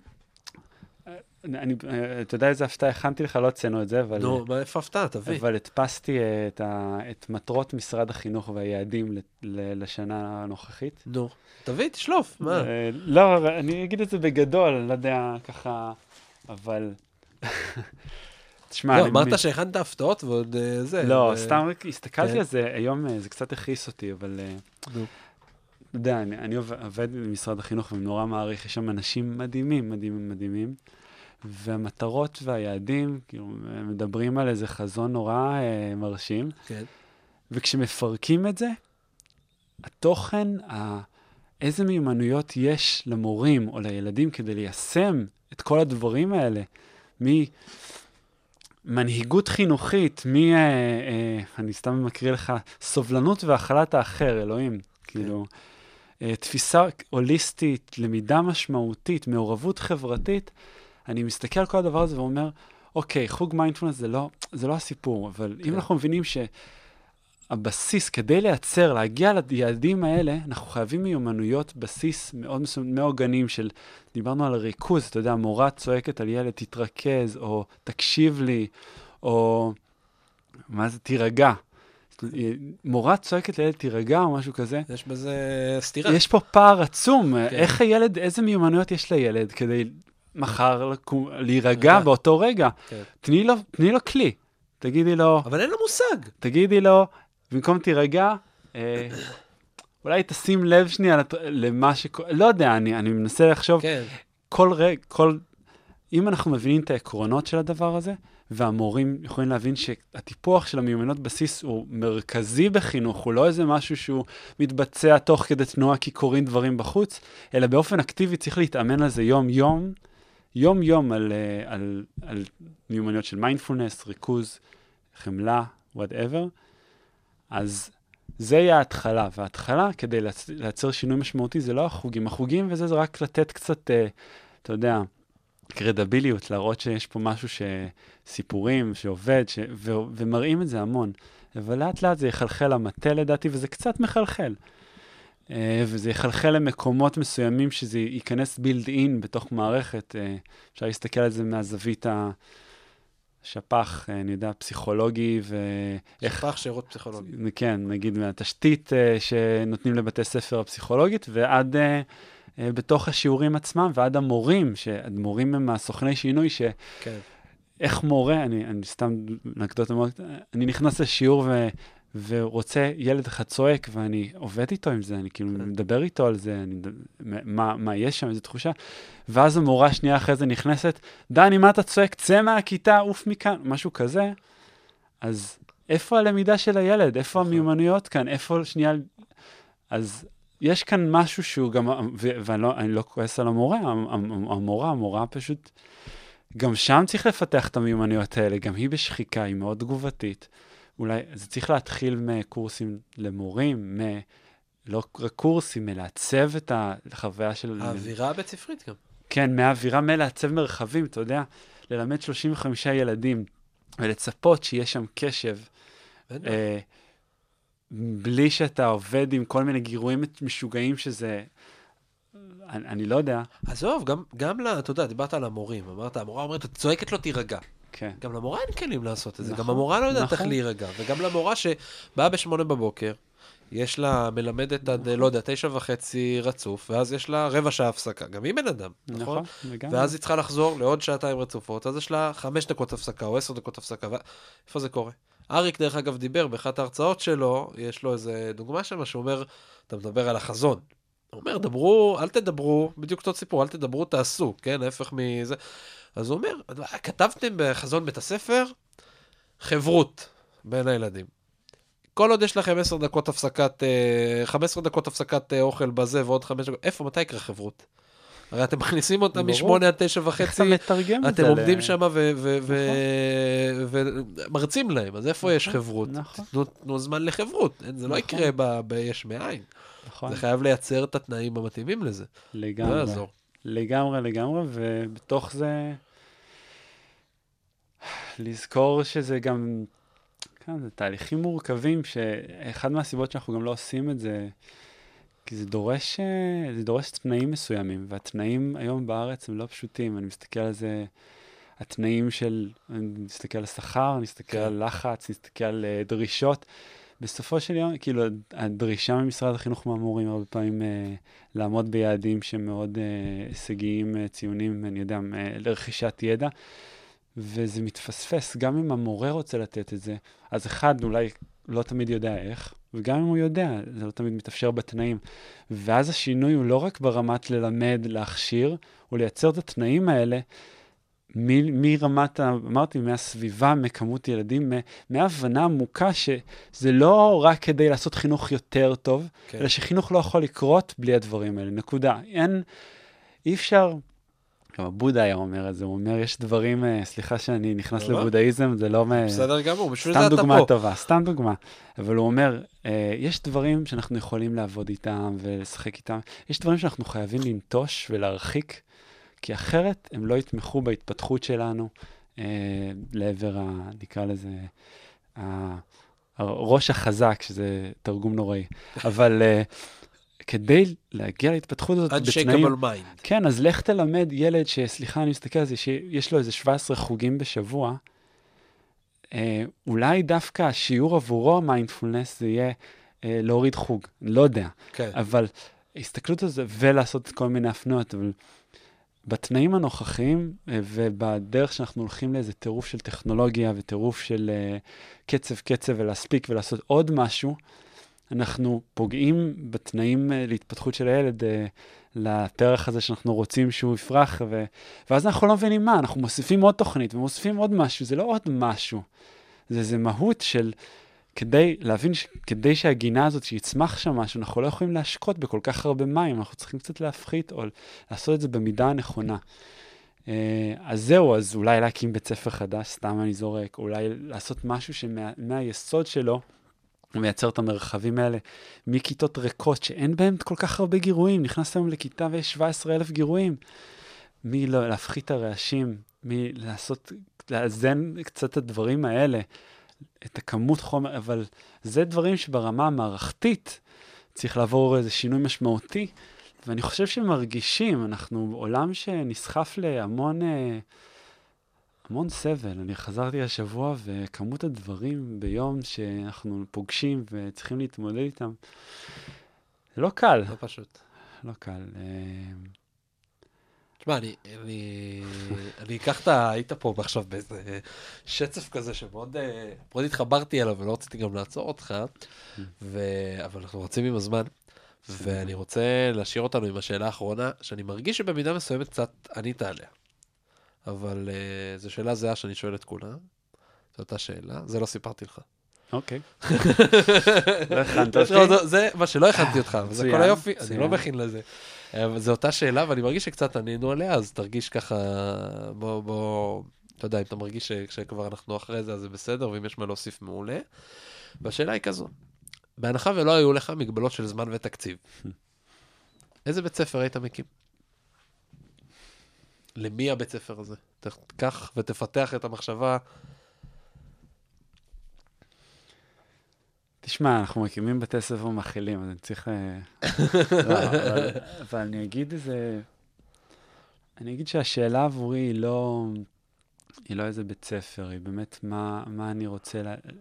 אתה יודע איזה הפתעה, הכנתי לך, לא ציינו את זה, אבל... נו, מה איפה הפתעה? תביא. אבל הדפסתי את מטרות משרד החינוך והיעדים לשנה הנוכחית. נו, תביא, תשלוף, מה? לא, אני אגיד את זה בגדול, אני לא יודע ככה, אבל... תשמע, לא, אמרת שהכנת הפתעות ועוד זה. לא, סתם הסתכלתי על זה, היום זה קצת הכעיס אותי, אבל... אתה יודע, אני עובד במשרד החינוך ונורא מעריך, יש שם אנשים מדהימים, והמטרות והיעדים, כאילו, מדברים על איזה חזון נורא מרשים, כן. וכשמפרקים את זה, התוכן, איזה מיומנויות יש למורים או לילדים כדי ליישם את כל הדברים האלה, מנהיגות חינוכית, אני סתם מקריא לך, סובלנות והכלת האחר, אלוהים, כאילו, תפיסה הוליסטית, למידה משמעותית, מעורבות חברתית, אני מסתכל על כל הדבר הזה ואומר, אוקיי, חוג מיינדפולנס זה לא הסיפור, אבל אם אנחנו מבינים שהבסיס, כדי לייצר, להגיע ליעדים האלה, אנחנו חייבים מיומנויות בסיס מאוד מעוגנים של, דיברנו על ריכוז, אתה יודע, מורה צועקת על ילד, תתרכז, או תקשיב לי, או מה זה, תירגע. מורה צועקת לילד תירגע או משהו כזה. יש בזה סתירה. יש פה פער עצום. איך הילד, איזה מיומנויות יש לילד כדי מחר להירגע באותו רגע? תני לו כלי. תגידי לו... אבל אין לו מושג. תגידי לו, במקום תירגע, אולי תשים לב שנייה למה לא יודע, אני מנסה לחשוב. אם אנחנו מבינים את העקרונות של הדבר הזה, והמורים יכולים להבין שהטיפוח של המיומנות בסיס הוא מרכזי בחינוך, הוא לא איזה משהו שהוא מתבצע תוך כדי תנועה כי קוראים דברים בחוץ, אלא באופן אקטיבי צריך להתאמן על זה יום-יום על מיומנויות של מיינדפולנס, ריכוז, חמלה, whatever. אז זה יהיה ההתחלה, וההתחלה כדי לייצר שינוי משמעותי זה לא החוגים וזה רק לתת קצת, אתה יודע, קרדביליות, להראות שיש פה משהו סיפורים שעובד, ומראים את זה המון. אבל לאט לאט זה יחלחל למטה לדעתי, וזה קצת מחלחל. וזה יחלחל למקומות מסוימים שזה ייכנס בילד אין בתוך מערכת. אפשר להסתכל על זה מהזווית השפ"ח, אני יודע, פסיכולוגי שפ"ח שירות פסיכולוגי. כן, נגיד מהתשתית שנותנים לבתי ספר הפסיכולוגית, ועד... בתוך השיעורים עצמם, ועד המורים הם הסוכני שינוי, איך מורה, אני סתם נקדות, אני נכנס לשיעור ורוצה ילד אחד צועק, ואני עובד איתו עם זה, אני כאילו מדבר איתו על זה, מה יש שם, איזו תחושה, ואז המורה שנייה אחרי זה נכנסת, דני, מה אתה צועק? צא מהכיתה, עוף מכאן, משהו כזה, אז איפה הלמידה של הילד? איפה המיומנויות כאן? איפה שנייה... אז... יש כאן משהו שהוא גם, ואני לא כועס על המורה, המורה פשוט, גם שם צריך לפתח את המיומנויות האלה, גם היא בשחיקה, היא מאוד תגובתית. אולי זה צריך להתחיל מקורסים למורים, לא רק קורסים, מלעצב את החוויה של... האווירה הבית ספרית גם. כן, מהאווירה, מלעצב מרחבים, אתה יודע, ללמד 35 ילדים, ולצפות שיש שם קשב. בלי שאתה עובד עם כל מיני גירויים משוגעים שזה, אני לא יודע. עזוב, גם אתה יודע, דיברת על המורים, המורה אומרת, צועקת לו תירגע. כן. גם למורה אין כלים לעשות את זה, גם המורה לא יודעת איך להירגע, וגם למורה שבאה ב8 בבוקר, יש לה מלמדת עד, לא יודע, 9:30 רצוף, ואז יש לה רבע שעה הפסקה, גם היא בן אדם, נכון? ואז היא צריכה לחזור לעוד 2 שעתיים רצופות, אז יש לה 5 דקות הפסקה או 10 דקות הפסקה, איפה זה קורה? אריק, דרך אגב, דיבר באחת ההרצאות שלו, יש לו איזה דוגמה שם, שהוא אומר, אתה מדבר על החזון. הוא אומר, דברו, אל תדברו, בדיוק אותו סיפור, אל תדברו, תעשו, כן? ההפך מזה. אז הוא אומר, כתבתם בחזון בית הספר, חברות בין הילדים. כל עוד יש לכם 10 דקות הפסקת, 15 דקות הפסקת אוכל בזה ועוד 5 דקות, איפה, מתי יקרה חברות? הרי אתם מכניסים אותם מ8 עד 9:30, איך אתה מתרגם את זה? אתם עומדים שם ומרצים להם, אז איפה יש חברות? תנו זמן לחברות, זה לא יקרה ביש מאין. זה חייב לייצר את התנאים המתאימים לזה. לגמרי, ובתוך זה לזכור שזה גם, כן, זה תהליכים מורכבים, שאחד מהסיבות שאנחנו גם לא עושים את זה, כי זה דורש תנאים מסוימים, והתנאים היום בארץ הם לא פשוטים. אני מסתכל על זה, התנאים אני מסתכל על שכר, אני מסתכל על לחץ, אני מסתכל על דרישות. בסופו של יום, כאילו, הדרישה ממשרד החינוך מהמורים הרבה פעמים לעמוד ביעדים שמאוד הישגיים, ציונים, אני יודע, לרכישת ידע, וזה מתפספס. גם אם המורה רוצה לתת את זה, אז אחד אולי לא תמיד יודע איך, וגם אם הוא יודע, זה לא תמיד מתאפשר בתנאים. ואז השינוי הוא לא רק ברמת ללמד, להכשיר, הוא לייצר את התנאים האלה, מרמת, אמרתי, מהסביבה, מכמות ילדים, מההבנה עמוקה שזה לא רק כדי לעשות חינוך יותר טוב, כן. אלא שחינוך לא יכול לקרות בלי הדברים האלה, נקודה. אי אפשר, גם בודה היה אומר את זה, הוא אומר, יש דברים, סליחה שאני נכנס לבודהיזם, זה לא בסדר גמור, בשביל זה אתה פה. סתם דוגמה טובה, סתם דוגמה. אבל הוא אומר, יש דברים שאנחנו יכולים לעבוד איתם ולשחק איתם, יש דברים שאנחנו חייבים לנטוש ולהרחיק, כי אחרת הם לא יתמכו בהתפתחות שלנו לעבר, נקרא לזה, הראש החזק, שזה תרגום נוראי. אבל כדי להגיע להתפתחות הזאת בתנאים... Unshakable mind. כן, אז לך תלמד ילד סליחה, אני מסתכל על זה, שיש לו איזה 17 חוגים בשבוע, אולי דווקא השיעור עבורו, מיינדפולנס, זה יהיה להוריד חוג. לא יודע. כן. אבל הסתכלות על זה ולעשות כל מיני הפנויות, אבל... בתנאים הנוכחיים ובדרך שאנחנו הולכים לאיזה טירוף של טכנולוגיה וטירוף של קצב ולהספיק ולעשות עוד משהו, אנחנו פוגעים בתנאים להתפתחות של הילד, לפרח הזה שאנחנו רוצים שהוא יפרח, ואז אנחנו לא מבינים מה, אנחנו מוסיפים עוד תוכנית ומוסיפים עוד משהו, זה לא עוד משהו, זה מהות של... כדי להבין, כדי שהגינה הזאת שיצמח שם משהו, אנחנו לא יכולים להשקות בכל כך הרבה מים, אנחנו צריכים קצת להפחית או לעשות את זה במידה הנכונה. אז זהו, אז אולי להקים בית ספר חדש, סתם אני זורק, אולי לעשות משהו שמהיסוד שלו, הוא מייצר את המרחבים האלה, מכיתות ריקות שאין בהם כל כך הרבה גירויים, נכנס לנו לכיתה ויש 17,000 גירויים, להפחית את הרעשים, לאזן קצת את הדברים האלה, את הכמות חומר, אבל זה דברים שברמה המערכתית צריך לעבור איזה שינוי משמעותי, ואני חושב שמרגישים, אנחנו עולם שנסחף להמון המון סבל. אני חזרתי השבוע, וכמות הדברים ביום שאנחנו פוגשים וצריכים להתמודד איתם, זה לא קל. לא פשוט. לא קל. תשמע, אני אקח את היית פה עכשיו באיזה שצף כזה שמאוד התחברתי אליו ולא רציתי גם לעצור אותך, אבל אנחנו רוצים עם הזמן, ואני רוצה להשאיר אותנו עם השאלה האחרונה, שאני מרגיש שבמידה מסוימת קצת ענית עליה, אבל זו שאלה זהה שאני שואל את כולם, זו אותה שאלה, זה לא סיפרתי לך. אוקיי. לא הכנת אותי. זה מה שלא הכנתי אותך, וזה כל היופי, אני לא מכין לזה. זו אותה שאלה, ואני מרגיש שקצת ענינו עליה, אז תרגיש ככה, בוא, אתה יודע, אם אתה מרגיש שכבר אנחנו אחרי זה, אז זה בסדר, ואם יש מה להוסיף מעולה. והשאלה היא כזו, בהנחה ולא היו לך מגבלות של זמן ותקציב, איזה בית ספר היית מקים? למי הבית ספר הזה? תקח ותפתח את המחשבה. תשמע, אנחנו מקימים בתי ספר ומאכילים, אז אני צריך... אבל אני אגיד שהשאלה עבורי היא לא איזה בית ספר, היא באמת מה אני רוצה,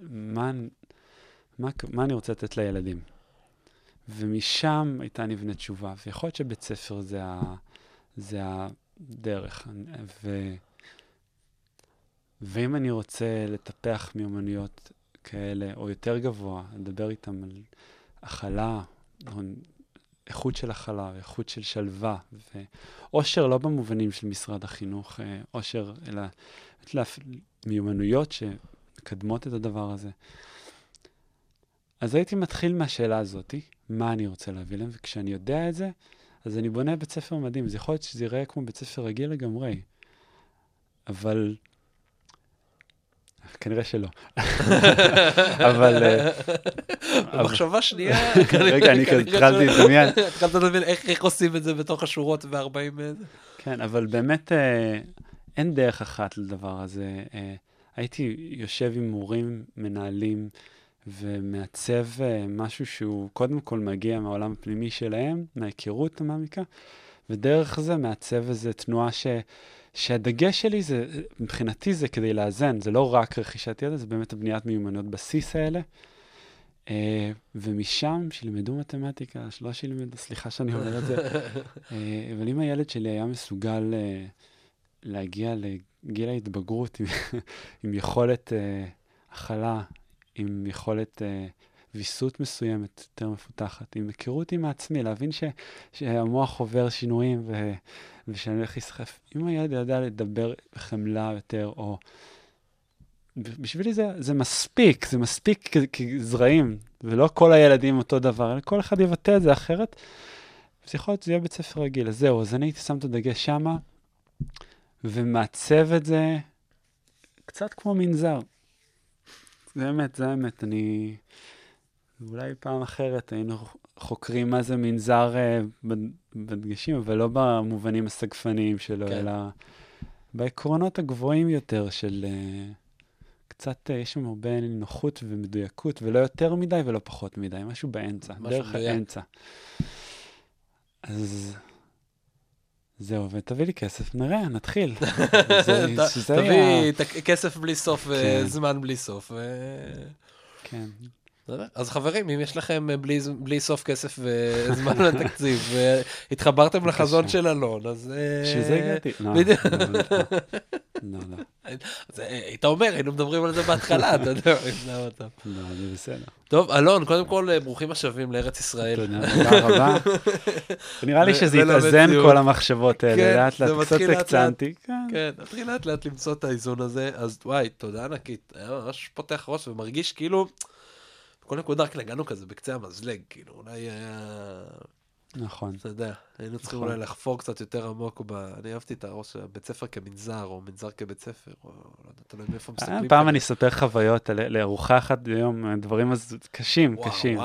מה אני רוצה לתת לילדים. ומשם הייתה נבנה תשובה, ויכול להיות שבית ספר זה הדרך. ואם אני רוצה לטפח מיומנויות כאלה, או יותר גבוה, לדבר איתם על הכלה, או איכות של הכלה, איכות של שלווה, ואושר לא במובנים של משרד החינוך, אושר, אלא מיומנויות שמקדמות את הדבר הזה. אז הייתי מתחיל מהשאלה הזאת, מה אני רוצה להביא להם, וכשאני יודע את זה, אז אני בונה בית ספר מדהים. זה יכול להיות שזה ייראה כמו בית ספר רגיל לגמרי, אבל כנראה שלא. אבל במחשבה שנייה, רגע, אני התחלתי לדמיין. התחלת לדמיין איך עושים את זה בתוך השורות ו-40 זה. כן, אבל באמת אין דרך אחת לדבר הזה. הייתי יושב עם מורים, מנהלים, ומעצב משהו שהוא קודם כל מגיע מהעולם הפנימי שלהם, מההיכרות המעמיקה, ודרך זה מעצב איזו תנועה שהדגש שלי זה, מבחינתי זה כדי לאזן, זה לא רק רכישת ידע, זה באמת הבניית מיומנויות בסיס האלה, ומשם שילמדו מתמטיקה, שלא שילמדו, סליחה שאני אומר את זה, אבל אם הילד שלי היה מסוגל להגיע לגיל ההתבגרות עם יכולת הכלה, עם יכולת ויסות מסוימת יותר מפותחת, עם היכרות עם עצמי, להבין שהמוח עובר שינויים ושאני הולך להסחף. אם הילד ידע לדבר בחמלה יותר, או בשבילי זה מספיק, זה מספיק כזרעים, ולא כל הילדים אותו דבר, אלא כל אחד יבטא את זה אחרת, אז יכול להיות שזה יהיה בית ספר רגיל. אז זהו, אז אני הייתי שם את הדגש שמה, ומעצב את זה קצת כמו מנזר. זה האמת, אני... אולי פעם אחרת היינו חוקרים מה זה מנזר בדגשים, אבל לא במובנים הסגפניים שלו, אלא בעקרונות הגבוהים יותר של קצת, יש שם הרבה נוחות ומדויקות, ולא יותר מדי ולא פחות מדי, משהו באמצע, דרך האמצע. אז זהו, ותביא לי כסף, נראה, נתחיל. תביא כסף בלי סוף וזמן בלי סוף. כן. אז חברים, אם יש לכם בלי סוף כסף וזמן לתקציב, והתחברתם לחזון של אלון, אז... שזה הגעתי. לא. אז היית אומר, היינו מדברים על זה בהתחלה, אתה יודע, לא, זה בסדר. טוב, אלון, קודם כל, ברוכים השבים לארץ ישראל. תודה רבה. נראה לי שזה יתאזן כל המחשבות האלה, לאט לאט, קצת הקצנתי. כן, נתחיל לאט לאט למצוא את האיזון הזה, אז וואי, תודה ענקית. היה ממש פותח ראש ומרגיש כאילו... כל נקודה רק נגענו כזה בקצה המזלג, כאילו, אולי היה... נכון. אתה יודע, היינו צריכים אולי לחפור קצת יותר עמוק, אני אהבתי את הראש של בית ספר כמנזר, או מנזר כבית ספר, או לא יודע, אתה לא יודע מאיפה מסתכלים. פעם אני אספר חוויות לארוחה אחת ביום, דברים קשים.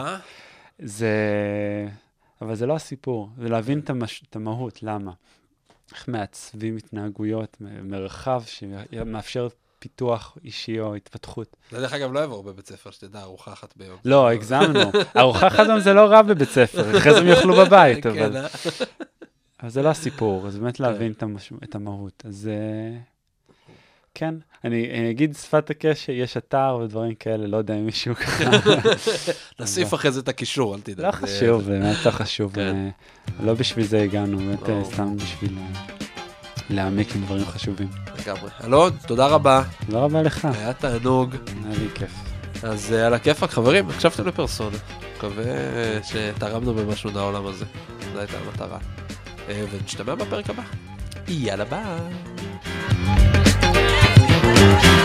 אבל זה לא הסיפור, זה להבין את המהות, למה? איך מעצבים התנהגויות, מרחב שמאפשר פיתוח אישי או התפתחות. זה דרך אגב לא יעבור בבית ספר, שתדע, ארוחה אחת ביום. לא, הגזמנו. ארוחה אחת גם זה לא רע בבית ספר, אחרי זה הם יאכלו בבית, אבל זה לא הסיפור, אז באמת להבין את המהות. אז כן, אני אגיד שפת הקש, יש אתר ודברים כאלה, לא יודע אם מישהו ככה. נוסיף אחרי זה את הקישור, אל תדע. לא חשוב, באמת לא חשוב. לא בשביל זה הגענו, באמת סתם בשביל... להעמיק עם דברים חשובים. לגמרי. אלון, תודה רבה. תודה רבה לך. היה תענוג. היה לי כיף. אז על הכיפק, חברים, הקשבתם לפרסונה. מקווה שתרמנו במשהו לעולם הזה. זו הייתה המטרה. ונשתמע בפרק הבא. יאללה ביי.